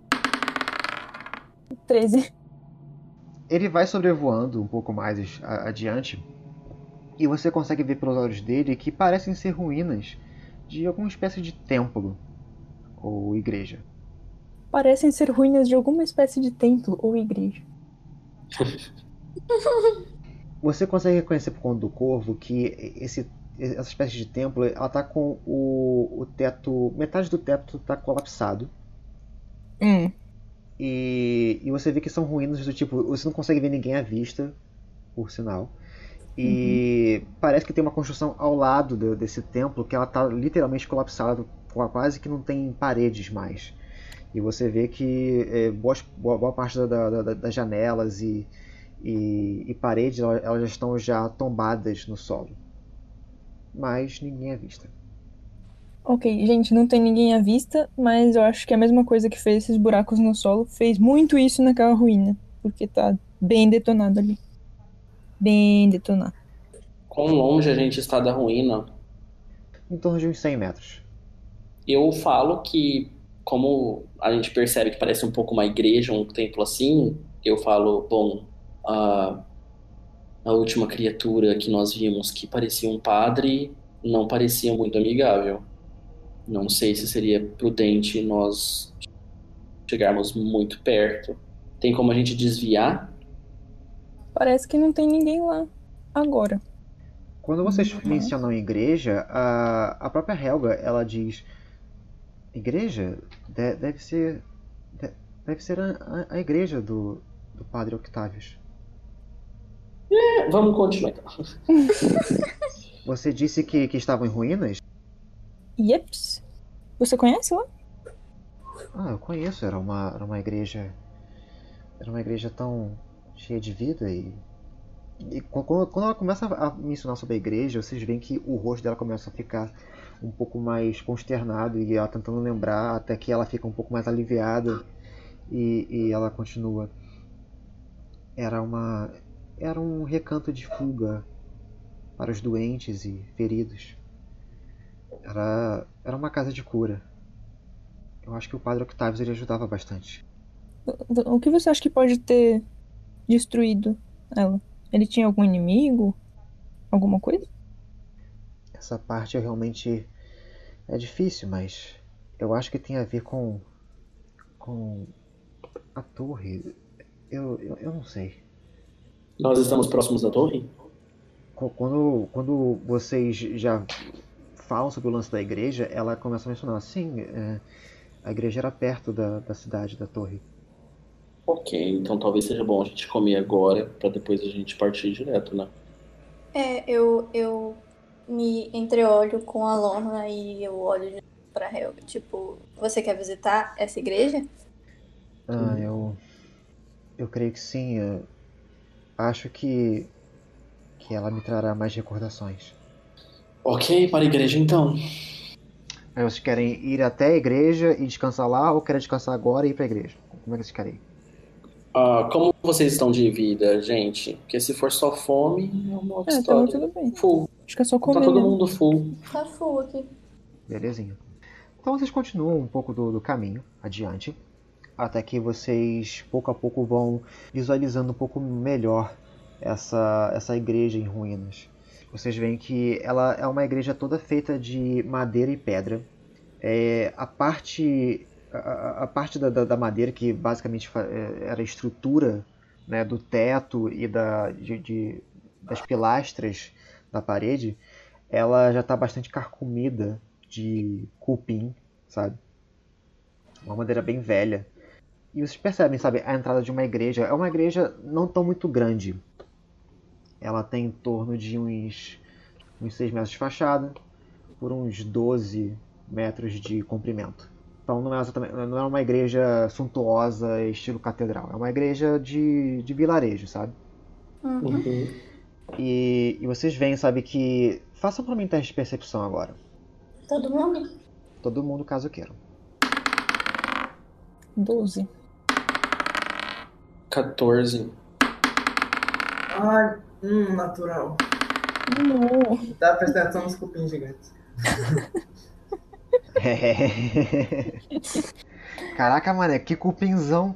13. Ele vai sobrevoando um pouco mais adiante e você consegue ver pelos olhos dele que parecem ser ruínas de alguma espécie de templo ou igreja. Parecem ser ruínas de alguma espécie de templo ou igreja. Você consegue reconhecer por conta do corvo que essa espécie de templo, ela tá com o teto, metade do teto está colapsado. E você vê que são ruínas do tipo, você não consegue ver ninguém à vista, por sinal. E parece que tem uma construção ao lado desse templo que ela tá literalmente colapsada, quase que não tem paredes mais. E você vê que boa parte das janelas e paredes elas já estão tombadas no solo. Mas ninguém é vista. Ok, gente, não tem ninguém à vista, mas eu acho que a mesma coisa que fez esses buracos no solo fez muito isso naquela ruína. Porque tá bem detonado ali. Bem detonado. Quão longe a gente está da ruína? Em torno de uns 100 metros. Eu falo que, como a gente percebe que parece um pouco uma igreja, um templo assim, eu falo, bom, a última criatura que nós vimos que parecia um padre não parecia muito amigável. Não sei se seria prudente nós chegarmos muito perto. Tem como a gente desviar? Parece que não tem ninguém lá agora. Quando vocês mencionam igreja, a própria Helga, ela diz: igreja? Deve ser a igreja do Padre Octavius. Vamos continuar então. Você disse que estavam em ruínas? Yeps. Você conhece lá? Eu conheço. Era uma igreja. Era uma igreja tão cheia de vida e quando ela começa a mencionar sobre a igreja, vocês veem que o rosto dela começa a ficar um pouco mais consternado e ela tentando lembrar até que ela fica um pouco mais aliviada e ela continua. Era um recanto de fuga para os doentes e feridos. Era uma casa de cura. Eu acho que o Padre Octavius ele ajudava bastante. O que você acha que pode ter destruído ela? Ele tinha algum inimigo? Alguma coisa? Essa parte realmente é difícil, mas eu acho que tem a ver com a torre. Eu não sei. Nós estamos próximos da torre? Quando vocês já falam sobre o lance da igreja, ela começa a mencionar, sim, a igreja era perto da cidade, da torre. Ok, então talvez seja bom a gente comer agora, pra depois a gente partir direto, né? Eu me entreolho com a Lorna e eu olho pra Helga. Tipo, você quer visitar essa igreja? Eu creio que sim. Eu acho que ela me trará mais recordações. Ok, para a igreja então. Aí vocês querem ir até a igreja e descansar lá ou querem descansar agora e ir pra igreja? Como é que vocês querem ir? Como vocês estão de vida, gente? Porque se for só fome, é uma outra Então história. tudo bem. Full. Acho que é só Tá comer. todo mesmo. mundo full. Tá full aqui. Belezinha. Então vocês continuam um pouco do caminho adiante. até que vocês pouco a pouco vão visualizando um pouco melhor essa igreja em ruínas. Vocês veem que ela é uma igreja toda feita de madeira e pedra. A parte da madeira, que basicamente era a estrutura, né, do teto e das pilastras da parede, ela já está bastante carcomida de cupim, sabe? Uma madeira bem velha. E vocês percebem, sabe, a entrada de uma igreja. É uma igreja não tão muito grande. Ela tem em torno de uns 6 metros de fachada, por uns 12 metros de comprimento. Então não é uma igreja suntuosa, estilo catedral. É uma igreja de vilarejo, sabe? Uhum. E vocês veem, sabe, que... Façam pra mim teste de percepção agora. Todo mundo? Todo mundo, caso queiram. 12. 14. Ai, natural. Não. Dá pra prestar atenção nos cupins gigantes. Caraca, mané, que cupinzão.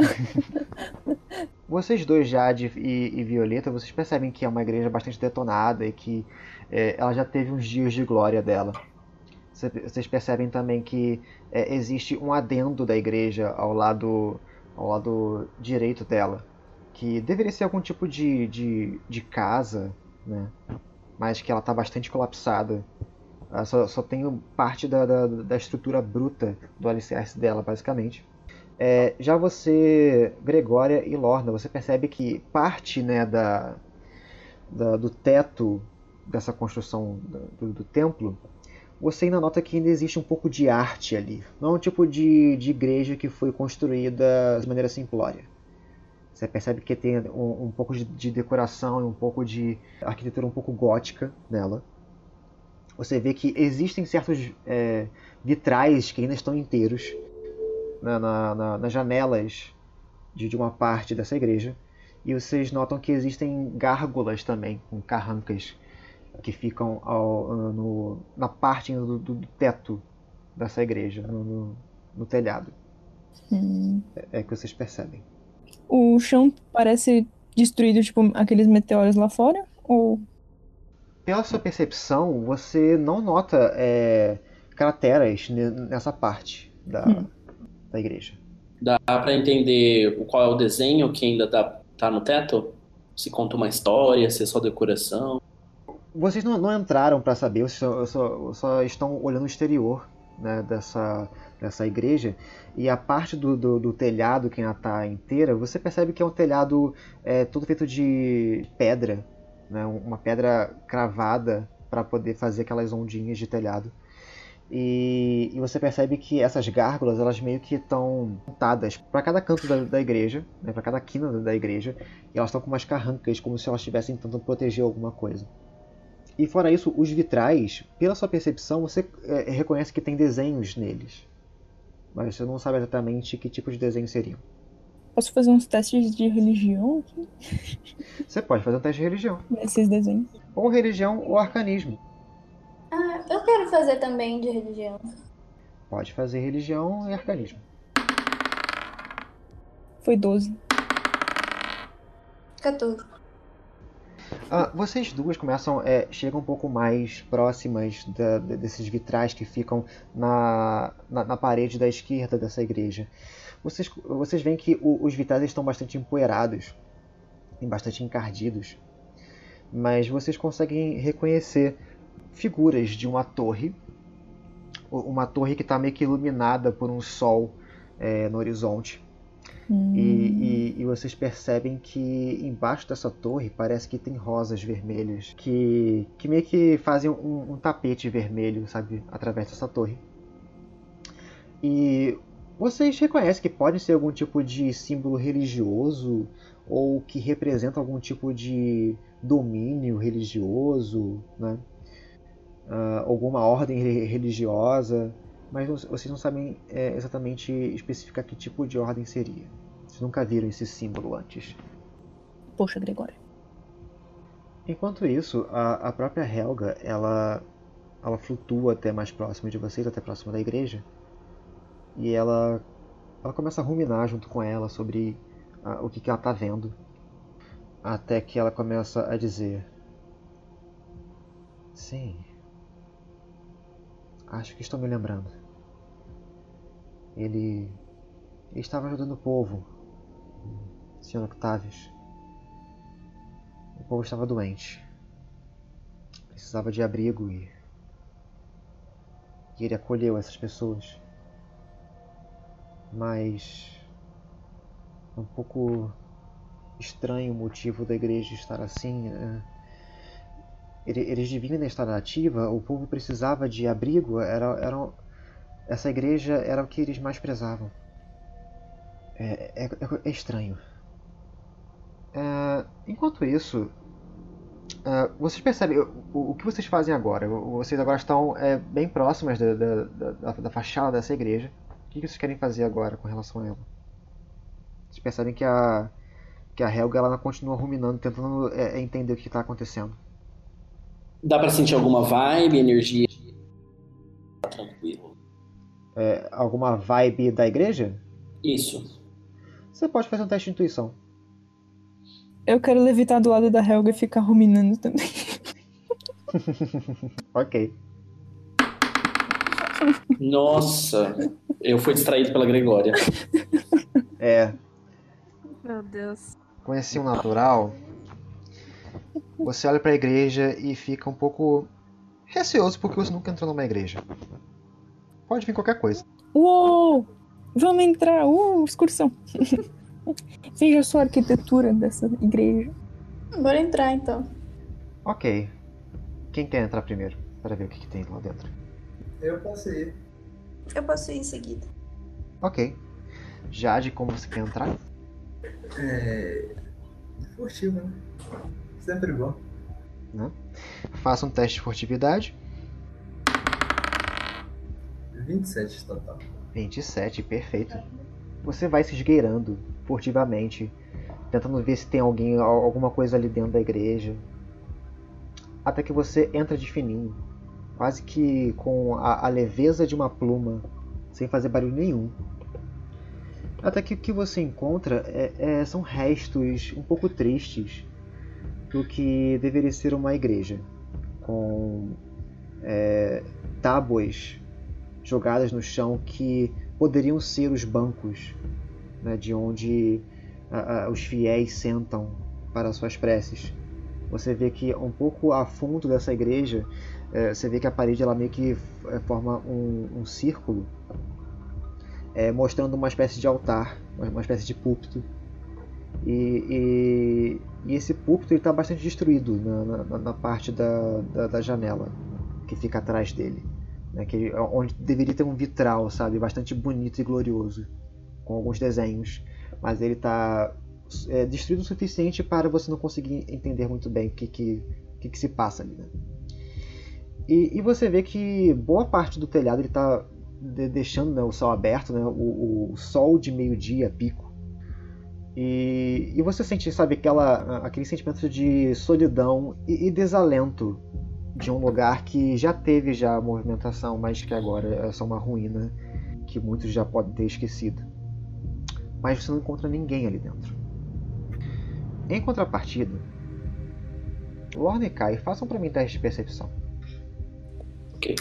Vocês dois, Jade e Violeta, vocês percebem que é uma igreja bastante detonada e que ela já teve uns dias de glória dela. Vocês percebem também que existe um adendo da igreja ao lado direito dela, que deveria ser algum tipo de casa, né? Mas que ela está bastante colapsada. Ela só tem parte da estrutura bruta do alicerce dela, basicamente. Já você, Gregória e Lorna, você percebe que parte, né, do teto dessa construção do templo, você ainda nota que ainda existe um pouco de arte ali. Não é um tipo de igreja que foi construída de maneira simplória. Você percebe que tem um pouco de decoração e um pouco de arquitetura um pouco gótica nela. Você vê que existem certos vitrais que ainda estão inteiros nas janelas de uma parte dessa igreja. E vocês notam que existem gárgulas também, com carrancas, que ficam na parte do teto dessa igreja, no telhado. É que vocês percebem. O chão parece destruído, tipo aqueles meteoros lá fora? Ou... Pela sua percepção, você não nota crateras nessa parte da igreja. Dá pra entender qual é o desenho que ainda tá no teto? Se conta uma história, se é só decoração. Vocês não entraram para saber, vocês só estão olhando o exterior, né, dessa igreja. E a parte do telhado que ainda está inteira, você percebe que é um telhado todo feito de pedra, né, uma pedra cravada para poder fazer aquelas ondinhas de telhado. E você percebe que essas gárgulas, elas meio que estão montadas para cada canto da igreja, né, para cada quina da igreja, e elas estão com umas carrancas, como se elas estivessem tentando proteger alguma coisa. E fora isso, os vitrais, pela sua percepção, você reconhece que tem desenhos neles. Mas você não sabe exatamente que tipo de desenho seriam. Posso fazer uns testes de religião aqui? Você pode fazer um teste de religião. Nesses desenhos. Ou religião ou arcanismo. Ah, eu quero fazer também de religião. Pode fazer religião e arcanismo. Foi 12. 14. Vocês duas chegam um pouco mais próximas desses vitrais que ficam na parede da esquerda dessa igreja. Vocês veem que os vitrais estão bastante empoeirados e bastante encardidos, mas vocês conseguem reconhecer figuras de uma torre que está meio que iluminada por um sol no horizonte. E vocês percebem que embaixo dessa torre parece que tem rosas vermelhas que meio que fazem um tapete vermelho, sabe, através dessa torre. E vocês reconhecem que pode ser algum tipo de símbolo religioso ou que representa algum tipo de domínio religioso, né? Alguma ordem religiosa, mas vocês não sabem exatamente especificar que tipo de ordem seria. Vocês nunca viram esse símbolo antes. Poxa, Gregório. Enquanto isso, a própria Helga, ela flutua até mais próximo de vocês, até próximo da igreja. E ela ela começa a ruminar junto com ela sobre o que ela tá vendo. Até que ela começa a dizer: sim, acho que estou me lembrando. Ele estava ajudando o povo, Sr. Octavius. O povo estava doente. Precisava de abrigo e ele acolheu essas pessoas. Mas é um pouco estranho o motivo da igreja estar assim. Eles deviam estar ativa, o povo precisava de abrigo, essa igreja era o que eles mais prezavam. É estranho. Enquanto isso, vocês percebem o que vocês fazem agora? Vocês agora estão bem próximas da fachada dessa igreja. O que vocês querem fazer agora com relação a ela? Vocês percebem que a Helga ela continua ruminando, tentando entender o que está acontecendo. Dá pra sentir alguma vibe, energia? Tá tranquilo. Alguma vibe da igreja? Isso. Você pode fazer um teste de intuição. Eu quero levitar do lado da Helga e ficar ruminando também. Ok. Nossa, eu fui distraído pela Gregória. Meu Deus. Com esse natural, você olha para a igreja e fica um pouco receoso porque você nunca entrou numa igreja. Pode vir qualquer coisa. Uou! Vamos entrar! Excursão! Veja só a arquitetura dessa igreja. Bora entrar então. Ok. Quem quer entrar primeiro? Para ver o que tem lá dentro. Eu posso ir. Eu posso ir em seguida. Ok. Jade, como você quer entrar? Furtivo, né? Sempre bom. Né? Faça um teste de furtividade. 27 total. 27, perfeito. Você vai se esgueirando furtivamente, tentando ver se tem alguma coisa ali dentro da igreja. Até que você entra de fininho, quase que com a leveza de uma pluma, sem fazer barulho nenhum. Até que o que você encontra são restos um pouco tristes do que deveria ser uma igreja, com tábuas jogadas no chão que poderiam ser os bancos, né, de onde os fiéis sentam para suas preces. Você vê que um pouco a fundo dessa igreja, você vê que a parede ela meio que forma um círculo, mostrando uma espécie de altar, uma espécie de púlpito. E esse púlpito está bastante destruído na parte da janela que fica atrás dele, né, onde deveria ter um vitral, sabe, bastante bonito e glorioso, com alguns desenhos, mas ele está destruído o suficiente para você não conseguir entender muito bem o que se passa ali, né? E você vê que boa parte do telhado ele está deixando, né, o céu aberto, né, o sol de meio-dia a pico. E você sente, sabe, aquele sentimento de solidão e desalento de um lugar que já teve movimentação, mas que agora é só uma ruína que muitos já podem ter esquecido. Mas você não encontra ninguém ali dentro. Em contrapartida, Lorna e Kai, façam pra mim teste de percepção. Ok.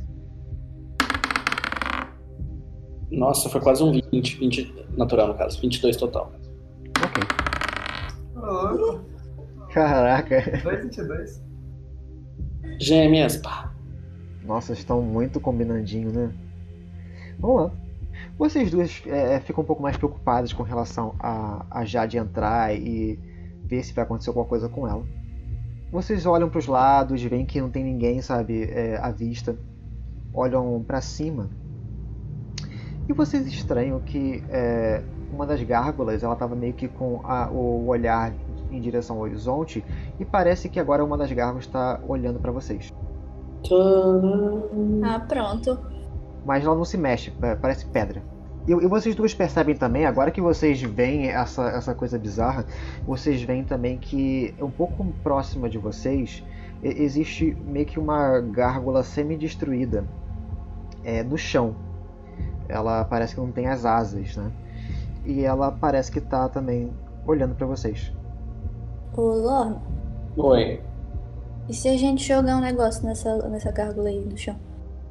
Nossa, foi quase um 20 natural no caso, 22 total. Ok. Ô, Caraca. 2,22. Gêmeas, pá. Nossa, estão muito combinandinho, né? Vamos lá. Vocês duas ficam um pouco mais preocupadas com relação a Jade entrar e ver se vai acontecer alguma coisa com ela. Vocês olham para os lados, veem que não tem ninguém, sabe, à vista. Olham para cima. E vocês estranham que uma das gárgulas, ela estava meio que com o olhar em direção ao horizonte e parece que agora uma das gárgulas está olhando para vocês. Ah, pronto. Mas ela não se mexe, parece pedra. E vocês duas percebem também, agora que vocês veem essa coisa bizarra, vocês veem também que um pouco próxima de vocês existe meio que uma gárgula semi-destruída no chão. Ela parece que não tem as asas, né? E ela parece que tá também olhando pra vocês. Ô, Lorna, Oi. e se a gente jogar um negócio nessa gárgula aí no chão?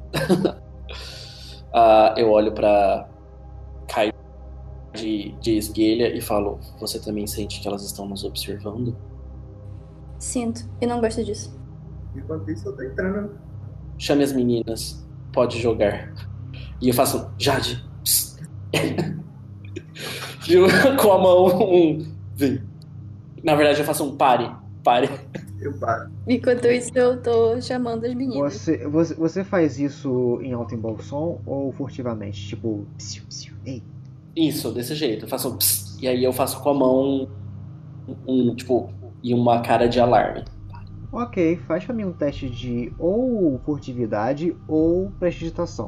Eu olho pra Kai de esguelha e falo: você também sente que elas estão nos observando? Sinto, e não gosto disso. Enquanto isso, eu tô entrando. Chame as meninas, pode jogar. E eu faço: Jade, psst. Giro com a mão vem. Na verdade eu faço um pare. Eu paro. Enquanto isso, eu tô chamando as meninas. Você faz isso em alto e bom som ou furtivamente? Tipo, psiu, psiu, ei. Isso, desse jeito. Eu faço um psst, e aí eu faço com a mão tipo, e uma cara de alarme. Ok, faz pra mim um teste de ou furtividade ou prestidigitação.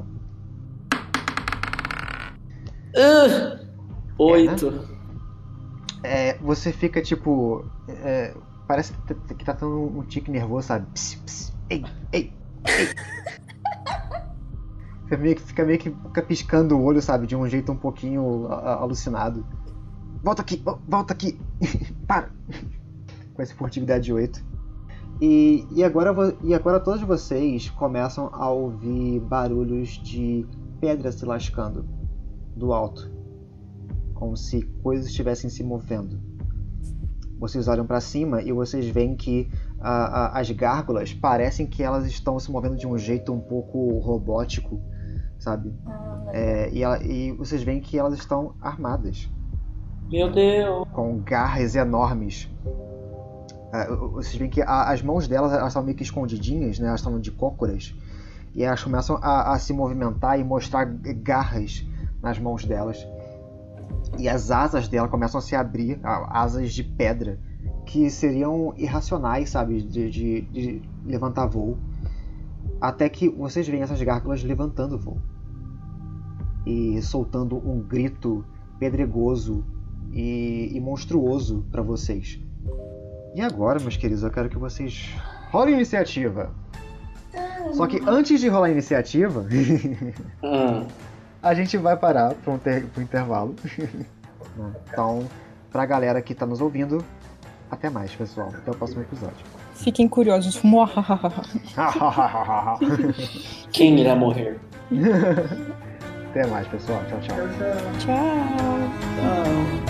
8. Você fica tipo. Parece que tá tendo um tique nervoso, sabe? Psiu, psiu, ei, ei, ei. Fica piscando o olho, sabe? De um jeito um pouquinho alucinado. Volta aqui! Para! Com essa furtividade 8. E agora todos vocês começam a ouvir barulhos de pedra se lascando do alto. Como se coisas estivessem se movendo. Vocês olham para cima e vocês veem que as gárgulas parecem que elas estão se movendo de um jeito um pouco robótico, sabe? E vocês veem que elas estão armadas. Meu Deus! Com garras enormes. Vocês veem que as mãos delas elas estão meio que escondidinhas, né? Elas estão de cócoras. E elas começam a se movimentar e mostrar garras nas mãos delas. E as asas dela começam a se abrir, asas de pedra, que seriam irracionais, sabe? De levantar voo. Até que vocês veem essas gárgulas levantando voo. E soltando um grito pedregoso e monstruoso para vocês. E agora, meus queridos, eu quero que vocês rolem iniciativa. Só que antes de rolar a iniciativa, a gente vai parar pro intervalo. Então, pra galera que tá nos ouvindo, até mais, pessoal. Até o próximo episódio. Fiquem curiosos. Quem irá morrer? Até mais, pessoal. Tchau, tchau. Tchau.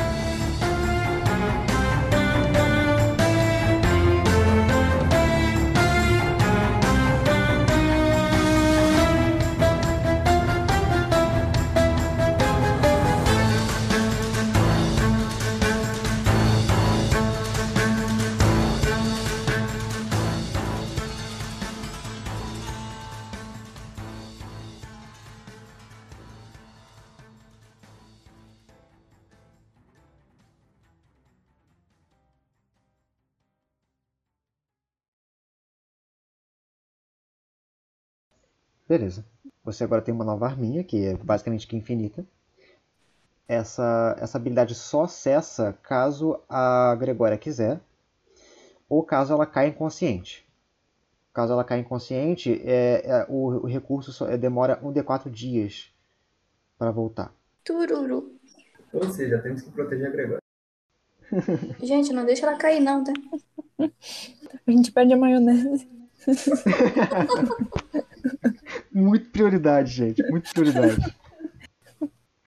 Beleza. Você agora tem uma nova arminha, que é basicamente infinita. Essa habilidade só cessa caso a Gregória quiser, ou caso ela caia inconsciente. Caso ela caia inconsciente, o recurso demora 1d4 dias para voltar. Tururu. Ou seja, temos que proteger a Gregória. Gente, não deixa ela cair, não, tá? A gente perde a maionese. Muito prioridade, gente. Muito prioridade.